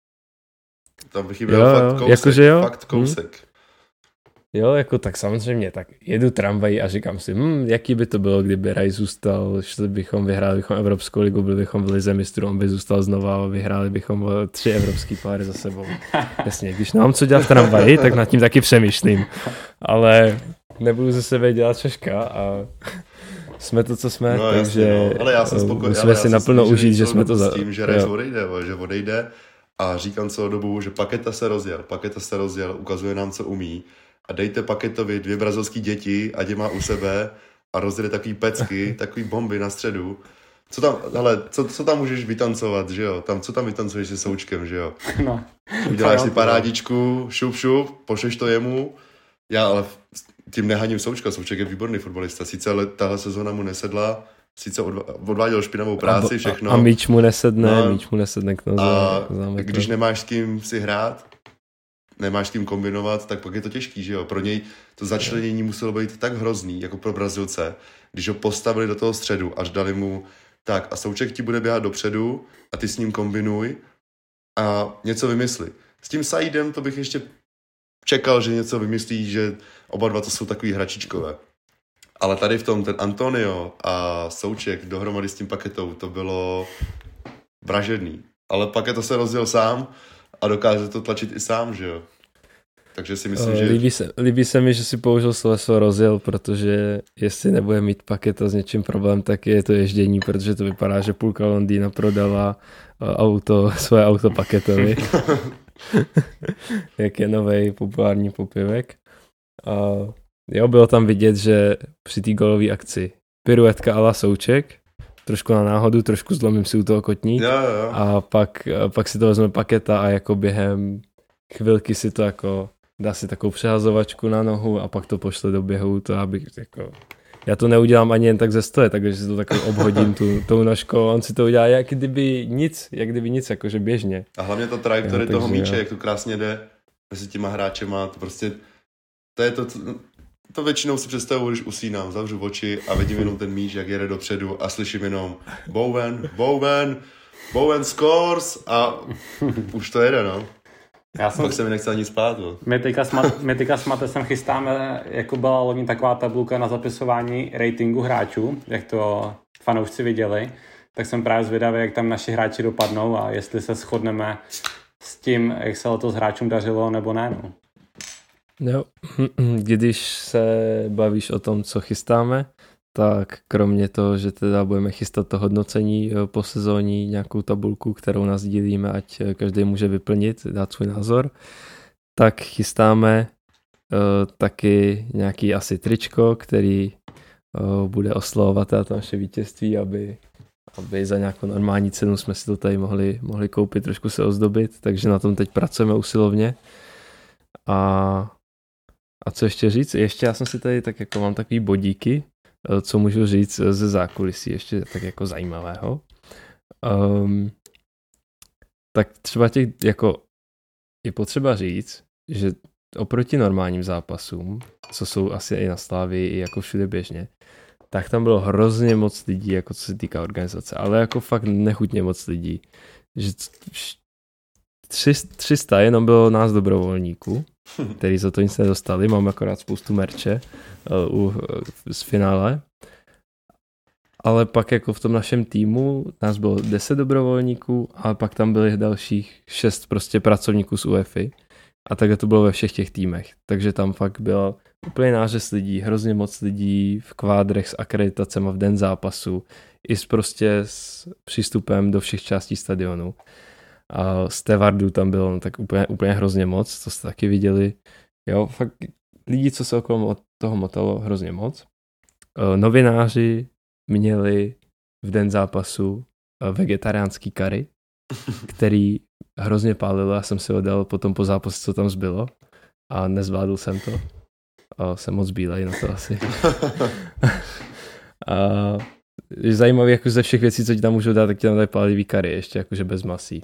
Tam bych chyběl fakt kousek.
Jo, jako tak samozřejmě, tak jedu tramvají a říkám si, jaký by to bylo, kdyby Raj zůstal, že bychom vyhráli Evropskou ligu, byli bychom v lize mistrů, on by zůstal znova a vyhráli bychom 3 evropský páry za sebou. Jasně, když nemám co dělat v tramvaji, tak nad tím taky přemýšlím, ale nebudu ze sebe dělat šaška a jsme to, co jsme,
no,
takže
jasně, no. Ale já jsem
musíme si naplno užít, že jsme to
s tím, že Raj odejde a říkám celou dobu, že Paketa se rozjel, ukazuje nám, co umí. A dejte Paketovi 2 brazilský děti, ať je má u sebe a rozjede takový pecky, takový bomby na středu. Co tam můžeš vytancovat, že jo? Co tam vytancuješ se Součkem, že jo?
No.
Uděláš si parádičku, šup, pošleš to jemu. Já ale tím nehaním Součka, Souček je výborný fotbalista. Sice tahle sezóna mu nesedla, sice odváděl špinavou práci, všechno.
A míč mu nesedne, k noze.
A když nemáš s kým si hrát, nemáš tím kombinovat, tak pak je to těžký, že jo? Pro něj to začlenění muselo být tak hrozný, jako pro Brazilce, když ho postavili do toho středu, až dali mu tak a Souček ti bude běhat dopředu a ty s ním kombinuj a něco vymysli. S tím Saidem to bych ještě čekal, že něco vymyslí, že oba dva to jsou takový hračičkové. Ale tady v tom ten Antonio a Souček dohromady s tím Paketou, to bylo vražedný. Ale Paketa se rozjel sám a dokáže to tlačit i sám, že jo. Takže si myslím, že...
Líbí se mi, že si použil slovo rozjel, protože jestli nebude mít Paketa s něčím problém, tak je to ježdění, protože to vypadá, že půlka Londýna prodala svoje auto Paketovi. Jak je novej populární popěvek. A jo, bylo tam vidět, že při té golové akci piruetka a la Souček trošku na náhodu, trošku zlomím si u toho kotník a pak si to vezme Paketa a jako během chvilky si to jako dá si takovou přehazovačku na nohu a pak to pošle do běhu, to abych jako... Já to neudělám ani jen tak ze stoje, takže si to takový obhodím tou nožkou, on si to udělá jak kdyby nic, jakože běžně.
A hlavně ta trajektorie toho míče, jak to krásně jde mezi těma hráčema, to prostě, to většinou si představuji, když usínám, zavřu oči a vidím jenom ten míč, jak jede dopředu a slyším jenom Bowen scores a už to jede, no. Pak se mi nechce ani spát. No.
My teďka s Matesem chystáme, jako byla loni taková tabulka na zapisování ratingu hráčů, jak to fanoušci viděli, tak jsem právě zvědavý, jak tam naši hráči dopadnou a jestli se shodneme s tím, jak se letos hráčům dařilo, nebo ne. No.
Jo, když se bavíš o tom, co chystáme, tak kromě toho, že teda budeme chystat to hodnocení po sezóní, nějakou tabulku, kterou nás dílíme, ať každý může vyplnit, dát svůj názor, tak chystáme taky nějaký asi tričko, který bude oslavovat to naše vítězství, aby za nějakou normální cenu jsme si to tady mohli koupit, trošku se ozdobit, takže na tom teď pracujeme usilovně. A co ještě říct? Ještě já jsem si tady tak jako mám takový bodíky, co můžu říct ze zákulisí, ještě tak jako zajímavého. Tak třeba jako je potřeba říct, že oproti normálním zápasům, co jsou asi i na Slavii, i jako všude běžně, tak tam bylo hrozně moc lidí, jako co se týká organizace, ale jako fakt nechutně moc lidí. Že 300 jenom bylo nás dobrovolníků, který za to nic nedostali, mám akorát spoustu merče z finále. Ale pak jako v tom našem týmu nás bylo 10 dobrovolníků, ale pak tam byly dalších 6 prostě pracovníků z UEFI. A takhle to bylo ve všech těch týmech. Takže tam fakt byl úplně nářez lidí, hrozně moc lidí v kvádrech s akreditacemi v den zápasu, i s přístupem do všech částí stadionu. A stevardů tam bylo no, tak úplně hrozně moc, to jste taky viděli. Jo, fakt lidí, co se okolo toho motalo, hrozně moc. Novináři měli v den zápasu vegetariánský curry, který hrozně pálil, já jsem si ho dal potom po zápase, co tam zbylo a nezvládl jsem to. Jsem moc bílej na to asi. A je zajímavý, jako ze všech věcí, co ti tam můžu dát, tak ti tam dají pálivý curry, ještě jakože bez masí.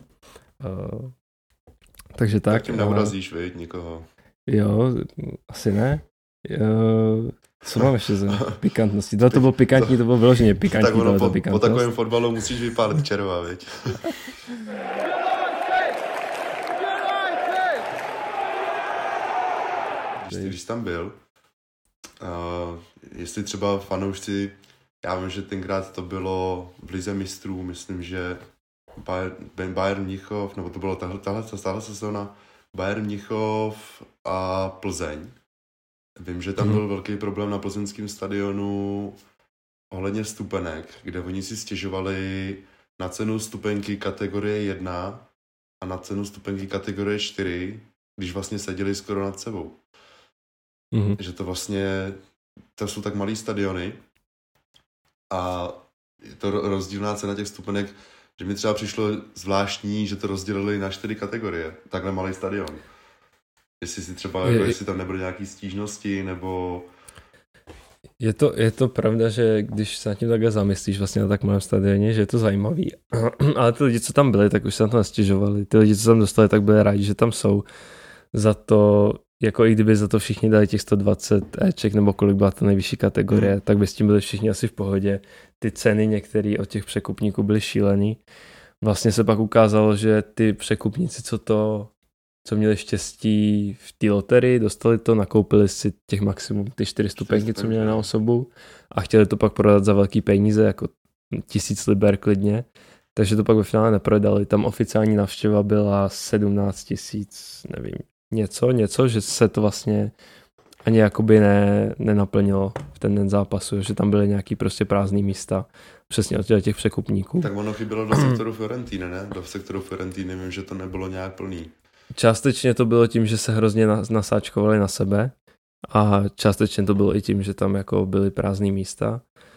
Takže tak.
Tak tím neurazíš, viď, nikoho.
Jo, asi ne. Co mám ještě za pikantnosti? To bylo pikantní, to bylo vyloženě pikantní.
Tak ono po takovém fotbalu musíš vypálit červa, viď? Když jsi tam byl, jestli třeba fanoušci, já vím, že tenkrát to bylo v Lize mistrů, myslím, že Bayern Mnichov, nebo to bylo tahle sezóna, Bayern Mnichov a Plzeň. Vím, že tam byl velký problém na plzeňském stadionu ohledně vstupenek, kde oni si stěžovali na cenu vstupenky kategorie 1 a na cenu vstupenky kategorie 4, když vlastně seděli skoro nad sebou. Že to vlastně, to jsou tak malý stadiony a je to rozdílná cena těch vstupenek, že mi třeba přišlo zvláštní, že to rozdělili na 4 kategorie, takhle malý stadion. Jestli si třeba, jestli tam nebyly nějaký stížnosti, nebo...
Je to pravda, že když se na tím takhle zamyslíš vlastně na tak malém stadioně, že je to zajímavý, ale ty lidi, co tam byli, tak už se na to nestěžovali. Ty lidi, co tam dostali, tak byli rádi, že tam jsou. Za to, jako i kdyby za to všichni dali těch 120 éček, nebo kolik byla ta nejvyšší kategorie, tak by s tím byli všichni asi v pohodě. Ty ceny některý od těch překupníků byly šílený. Vlastně se pak ukázalo, že ty překupníci, co měli štěstí v té loterii, dostali to, nakoupili si těch maximum, ty 4 stupenky, co měli na osobu a chtěli to pak prodat za velký peníze, jako 1000 liber klidně, takže to pak ve finále neprodali. Tam oficiální návštěva byla 17 000, nevím, něco, že se to vlastně ani jakoby nenaplnilo v ten den zápasu, že tam byly nějaký prostě prázdný místa, přesně od těch překupníků.
Tak ono chybělo do sektoru Fiorentíny, ne? Do sektoru Fiorentíny vím, že to nebylo nějak plný.
Částečně to bylo tím, že se hrozně nasáčkovali na sebe a částečně to bylo i tím, že tam jako byly prázdný místa.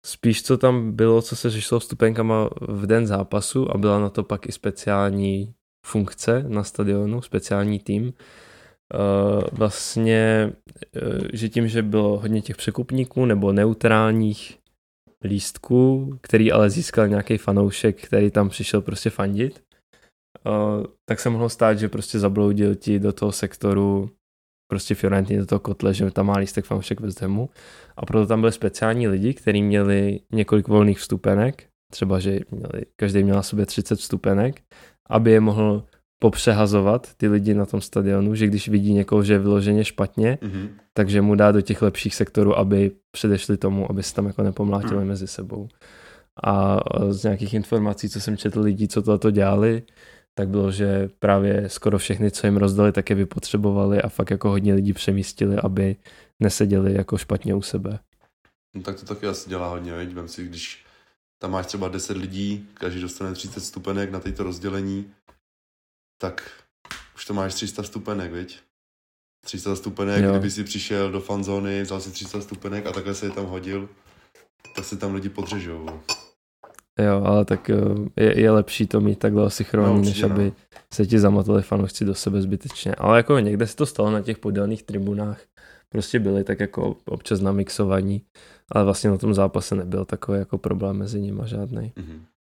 spíš co tam bylo, co se řešilo vstupenkama v den zápasu a byla na to pak i speciální funkce na stadionu, speciální tým. Vlastně, že tím, že bylo hodně těch překupníků nebo neutrálních lístků, který ale získal nějaký fanoušek, který tam přišel prostě fandit, tak se mohlo stát, že prostě zabloudil ti do toho sektoru prostě Fiorentiny, do toho kotle, že tam má lístek fanoušek West Hamu a proto tam byli speciální lidi, kteří měli několik volných vstupenek, třeba, že každý měl na sobě 30 vstupenek, aby je mohl popřehazovat ty lidi na tom stadionu, že když vidí někoho, že je vyloženě špatně, takže mu dá do těch lepších sektorů, aby předešli tomu, aby se tam jako nepomlátili mezi sebou. A z nějakých informací, co jsem četl lidí, co tohleto dělali, tak bylo, že právě skoro všechny, co jim rozdali, tak je vypotřebovali a fakt jako hodně lidí přemístili, aby neseděli jako špatně u sebe.
No tak to taky asi dělá hodně, veď? Vem si, když tam máš třeba 10 lidí, každý dostane 30 stupenek na této rozdělení, tak už to máš 300 stupenek, viď? 300 stupenek, jo. Kdyby si přišel do fanzóny, vzal si 300 stupenek a takhle se je tam hodil, tak se tam lidi podřežou.
Jo, ale tak je lepší to mít takhle asynchronní, než aby se ti zamotali fanoušci do sebe zbytečně. Ale jako někde se to stalo na těch podélných tribunách, prostě byli tak jako občas namixovaní, ale vlastně na tom zápase nebyl takový jako problém mezi nimi žádnej.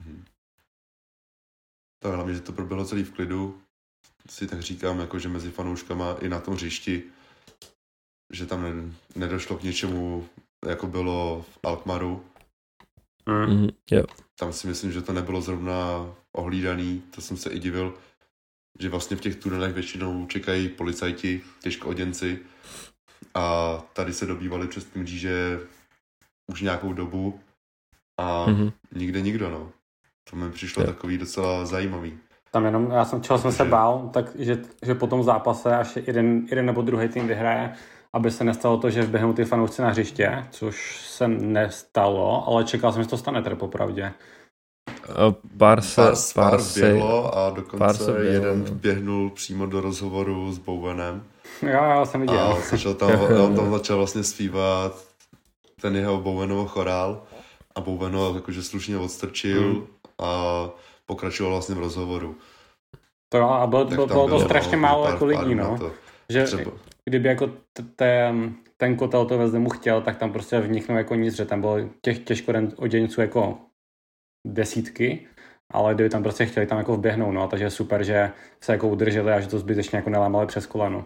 Tak hlavně, že to proběhlo celý v klidu, si tak říkám, jako že mezi fanouškama i na tom hřišti, že tam nedošlo k něčemu, jako bylo v Alkmaru.
Jo.
Tam si myslím, že to nebylo zrovna ohlídaný, to jsem se i divil, že vlastně v těch tunelech většinou čekají policajti, těžkooděnci a tady se dobývali přes tím mříže už nějakou dobu a nikde nikdo, no. To mi přišlo takový docela zajímavý.
Tam jenom, čeho jsem se bál, tak, že po tom zápase, až jeden nebo druhý tým vyhraje, aby se nestalo to, že vběhnou ty fanoušci na hřiště, což se nestalo, ale čekal jsem, že to stane teda popravdě.
Pár běhlo a dokonce jeden běhnul přímo do rozhovoru s Bowenem.
Já jsem viděl.
A on tam začal vlastně zpívat ten jeho Bowenovo chorál a Bowen ho jakože slušně odstrčil a pokračoval vlastně v rozhovoru.
A bylo to strašně málo jako lidí, no. Že kdyby jako ten kotel to West Hamu chtěl, tak tam prostě vniknul jako nic, že tam bylo těch těžkodějců jako desítky, ale kdyby tam prostě chtěli tam jako vběhnout, no, takže je super, že se jako udrželi a že to zbytečně jako nelámali přes koleno.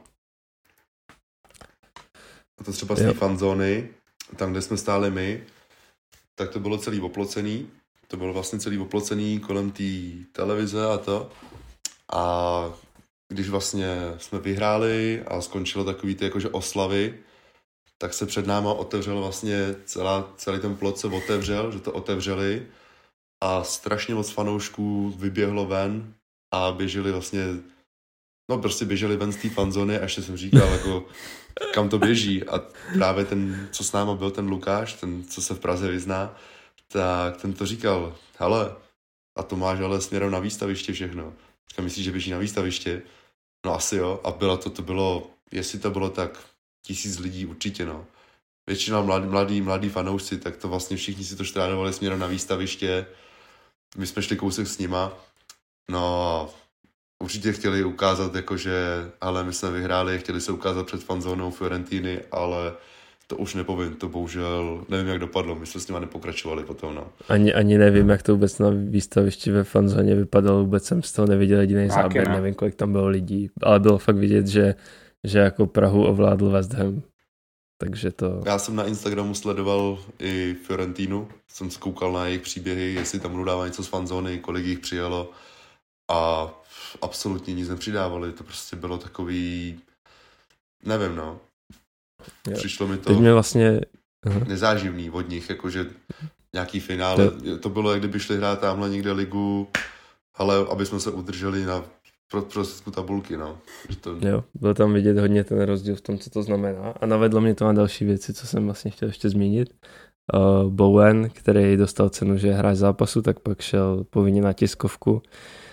A to třeba z té fanzóny, tam, kde jsme stáli my, tak to bylo celý oplocený. To bylo vlastně celý oplocený kolem té televize a to. A když vlastně jsme vyhráli a skončilo takový ty jakože oslavy, tak se před náma otevřel vlastně celý ten plot se otevřel, že to otevřeli a strašně moc fanoušků vyběhlo ven a běželi vlastně, prostě běželi ven z té fanzony a ještě jsem říkal, jako, kam to běží a právě ten, co s náma byl, ten Lukáš, ten, co se v Praze vyzná, tak ten to říkal, hele, a to máš ale směrem na výstaviště všechno. Říkám, myslíš, že běží na výstaviště? No asi jo, a to bylo, jestli to bylo tak 1000 lidí určitě, no. Většina mladí fanoušci, tak to vlastně všichni si to štrádovali směrem na výstaviště. My jsme šli kousek s nima. No, určitě chtěli ukázat, jakože, ale my jsme vyhráli, chtěli se ukázat před fanzónou Fiorentiny, ale to už nepovím, to bohužel, nevím, jak dopadlo, my jsme s nima nepokračovali potom, no.
Ani nevím, jak to vůbec na výstavišti ve fanzóně vypadalo, vůbec jsem z toho neviděl jediný záběr, nevím, kolik tam bylo lidí, ale bylo fakt vidět, že jako Prahu ovládl West Ham. Takže to...
Já jsem na Instagramu sledoval i Fiorentinu, jsem zkoukal na jejich příběhy, jestli tam budou dávat něco z fanzóny, kolik jich přijelo a absolutně nic nepřidávali, to prostě bylo takový, nevím, no.
Jo.
Přišlo mi to
teď mě vlastně...
nezáživný od nich, jakože nějaký finále, to bylo, jak kdyby šli hrát tamhle někde ligu, ale aby jsme se udrželi na prostředku tabulky, no.
Jo, bylo tam vidět hodně ten rozdíl v tom, co to znamená a navedlo mě to na další věci, co jsem vlastně chtěl ještě zmínit. Bowen, který dostal cenu, že je hráč zápasu, tak pak šel povinně na tiskovku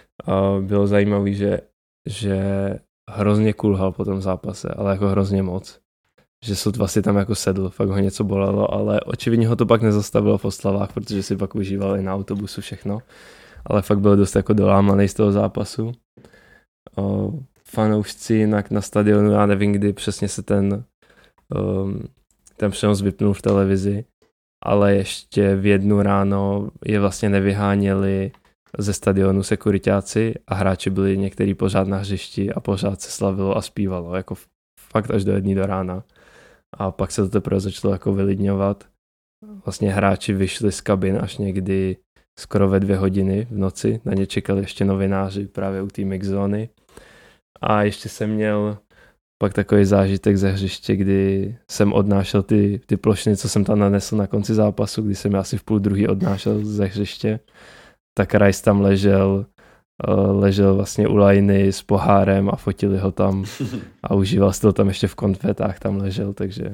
a bylo zajímavý, že hrozně kulhal po tom zápase, ale jako hrozně moc. že Sud vlastně tam jako sedl, fakt ho něco bolelo, ale očividně ho to pak nezastavilo v oslavách, protože si pak užíval i na autobusu všechno, ale fakt byl dost jako dolámaný z toho zápasu. Fanoušci jinak na stadionu, já nevím, kdy přesně se ten přenos vypnul v televizi, ale ještě v 1 ráno je vlastně nevyháněli ze stadionu sekuritáci a hráči byli některý pořád na hřišti a pořád se slavilo a zpívalo, jako fakt až do 1 do rána. A pak se to teprve začalo jako vylidňovat. Vlastně hráči vyšli z kabin až někdy skoro ve 2 hodiny v noci, na ně čekali ještě novináři právě u té mixzóny. A ještě jsem měl pak takový zážitek ze hřiště, kdy jsem odnášel ty plošiny, co jsem tam nanesl na konci zápasu, kdy jsem asi v 1:30 odnášel ze hřiště. Tak Rice tam ležel vlastně u lajny s pohárem a fotili ho tam a užíval si to tam ještě v konfetách, tam ležel, takže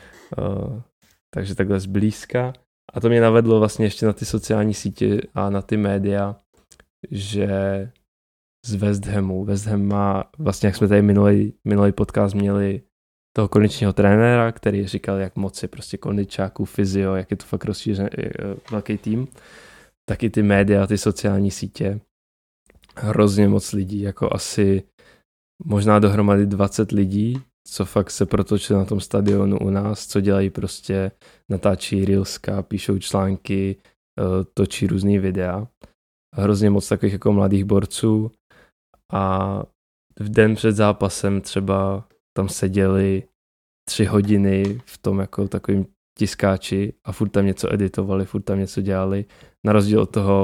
takhle zblízka. A to mě navedlo vlastně ještě na ty sociální sítě a na ty média, že z West Hamu. West Ham má, vlastně jak jsme tady minulý podcast měli toho kondičního trenéra, který říkal, jak moc je prostě kondičáků, fyzio, jak je to fakt rozšířený velký tým, tak i ty média, ty sociální sítě, hrozně moc lidí, jako asi možná dohromady 20 lidí, co fakt se protočili na tom stadionu u nás, co dělají prostě, natáčí reelska, píšou články, točí různý videa. Hrozně moc takových jako mladých borců a v den před zápasem třeba tam seděli 3 hodiny v tom jako takovým tiskáči a furt tam něco editovali, furt tam něco dělali. Na rozdíl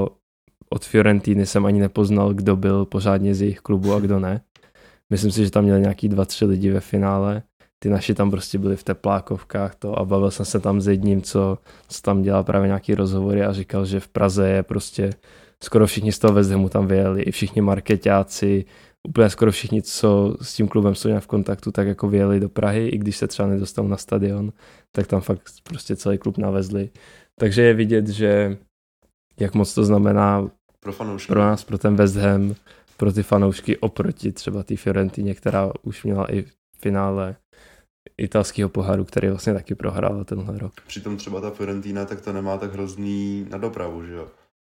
od Fiorentiny jsem ani nepoznal, kdo byl pořádně z jejich klubu a kdo ne. Myslím si, že tam měli nějaký 2-3 lidi ve finále. Ty naši tam prostě byli v teplákovkách a bavil jsem se tam s jedním, co tam dělá právě nějaký rozhovory a říkal, že v Praze je prostě skoro všichni z toho West Hamu tam vyjeli, i všichni markeťáci, úplně skoro všichni, co s tím klubem jsou nějak v kontaktu, tak jako vyjeli do Prahy, i když se třeba nedostanou na stadion, tak tam fakt prostě celý klub navezli. Takže je vidět, že jak moc to znamená pro nás, pro ten West Ham, pro ty fanoušky oproti třeba té Fiorentině, která už měla i v finále italského poháru, který vlastně taky prohrál tenhle rok.
Přitom třeba ta Fiorentina, tak to nemá tak hrozný na dopravu, že jo?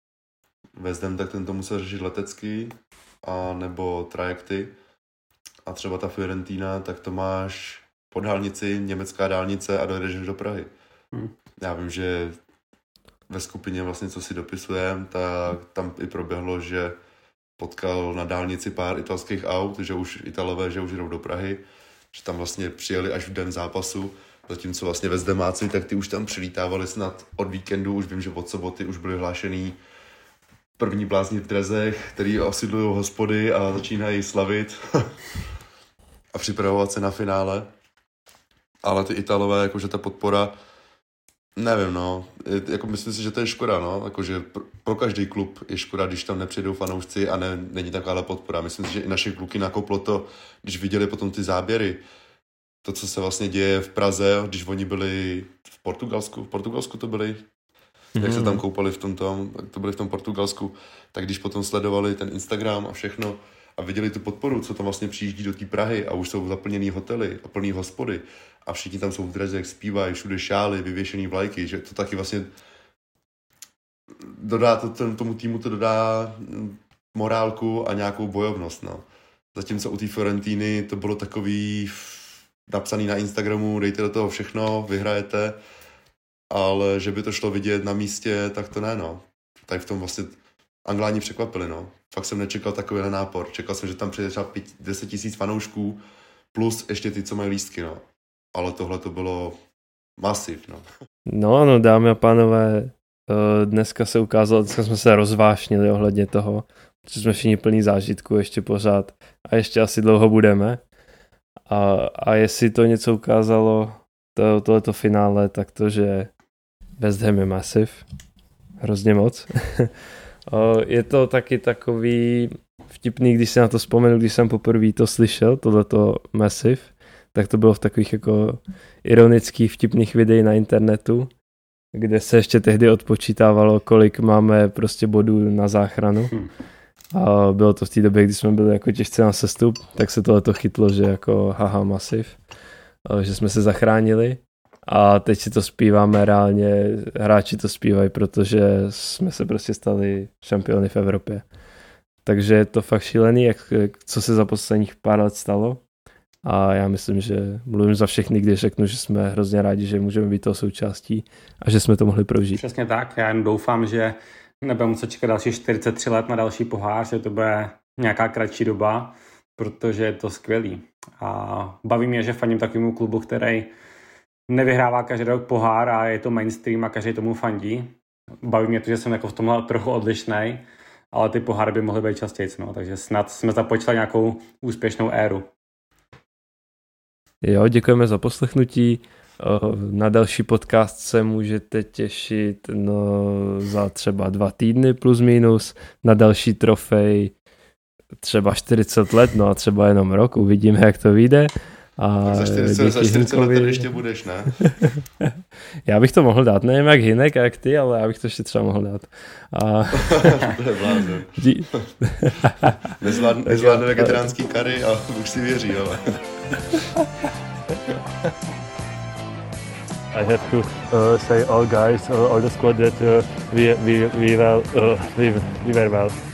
West Ham, tak ten to musel řešit letecky a nebo trajekty. A třeba ta Fiorentina, tak to máš po dálnici, německá dálnice a dojedeš do Prahy. Já vím, že ve skupině vlastně, co si dopisujeme, tak tam i proběhlo, že potkal na dálnici pár italských aut, že už Italové, že už jdou do Prahy, že tam vlastně přijeli až v den zápasu, zatímco vlastně West Hamáci, tak ty už tam přilítávali snad od víkendu, už vím, že od soboty už byly hlášený první blázni v drezech, který osidlují hospody a začínají slavit a připravovat se na finále. Ale ty Italové, jakože ta podpora, nevím, no, jako myslím si, že to je škoda, no, jakože pro každý klub je škoda, když tam nepřijdou fanoušci a není taková podpora. Myslím si, že i naše kluky nakoplo to, když viděli potom ty záběry, to, co se vlastně děje v Praze, když oni byli v Portugalsku to byli, jak se tam koupali to byli v tom Portugalsku, tak když potom sledovali ten Instagram a všechno a viděli tu podporu, co tam vlastně přijíždí do té Prahy a už jsou zaplněný hotely a plný hospody a všichni tam jsou v drezech, zpívají, všude šály, vyvěšený vlajky, že to taky vlastně dodá tomu týmu to dodá morálku a nějakou bojovnost, no. Zatímco u té Fiorentiny to bylo takový napsaný na Instagramu, dejte do toho všechno, vyhrajete, ale že by to šlo vidět na místě, tak to ne, no. Tak v tom vlastně Angláni překvapili, no. Fakt jsem nečekal takový nápor. Čekal jsem, že tam přijde třeba 10 000 fanoušků, plus ještě ty, co mají lístky, no. Ale tohle to bylo masiv, no.
No, dámy a pánové, dneska jsme se rozvášnili ohledně toho, že jsme všichni plní zážitku ještě pořád a ještě asi dlouho budeme. A jestli to něco ukázalo, tohleto finále, tak to, že West Ham je massive, hrozně moc. Je to taky takový vtipný, když si na to vzpomenu, když jsem poprvé to slyšel, tohleto massive, tak to bylo v takových jako ironických vtipných videí na internetu, kde se ještě tehdy odpočítávalo, kolik máme prostě bodů na záchranu. A bylo to v té době, kdy jsme byli jako těžce na sestup, tak se tohleto chytlo, že jako haha massive. že jsme se zachránili a teď si to zpíváme reálně, hráči to zpívají, protože jsme se prostě stali šampiony v Evropě. Takže je to fakt šílený, co se za posledních pár let stalo. A já myslím, že mluvím za všechny, když řeknu, že jsme hrozně rádi, že můžeme být toho součástí a že jsme to mohli prožít.
Přesně tak, já jen doufám, že nebudeme muset čekat další 43 let na další pohár, že to bude nějaká kratší doba, protože je to skvělý. A baví mě, že fandím takovému klubu, který nevyhrává každý rok pohár a je to mainstream a každý tomu fandí. Baví mě to, že jsem jako v tomhle trochu odlišnej, ale ty poháry by mohly být častěji, no, takže snad jsme započali nějakou úspěšnou éru.
Jo, děkujeme za poslechnutí. Na další podcast se můžete těšit za třeba 2 týdny plus minus, na další trofej třeba 40 let, a třeba jenom rok, uvidíme, jak to vyjde. A
za 40 let tady ještě budeš, ne?
Já bych to mohl dát, nevím jak Hinek a jak ty, ale já bych to ještě třeba mohl dát.
To je blázen. Nezvládne vegetariánský kary a už si věří, ale...
I have to say all guys, all the squad that we were well.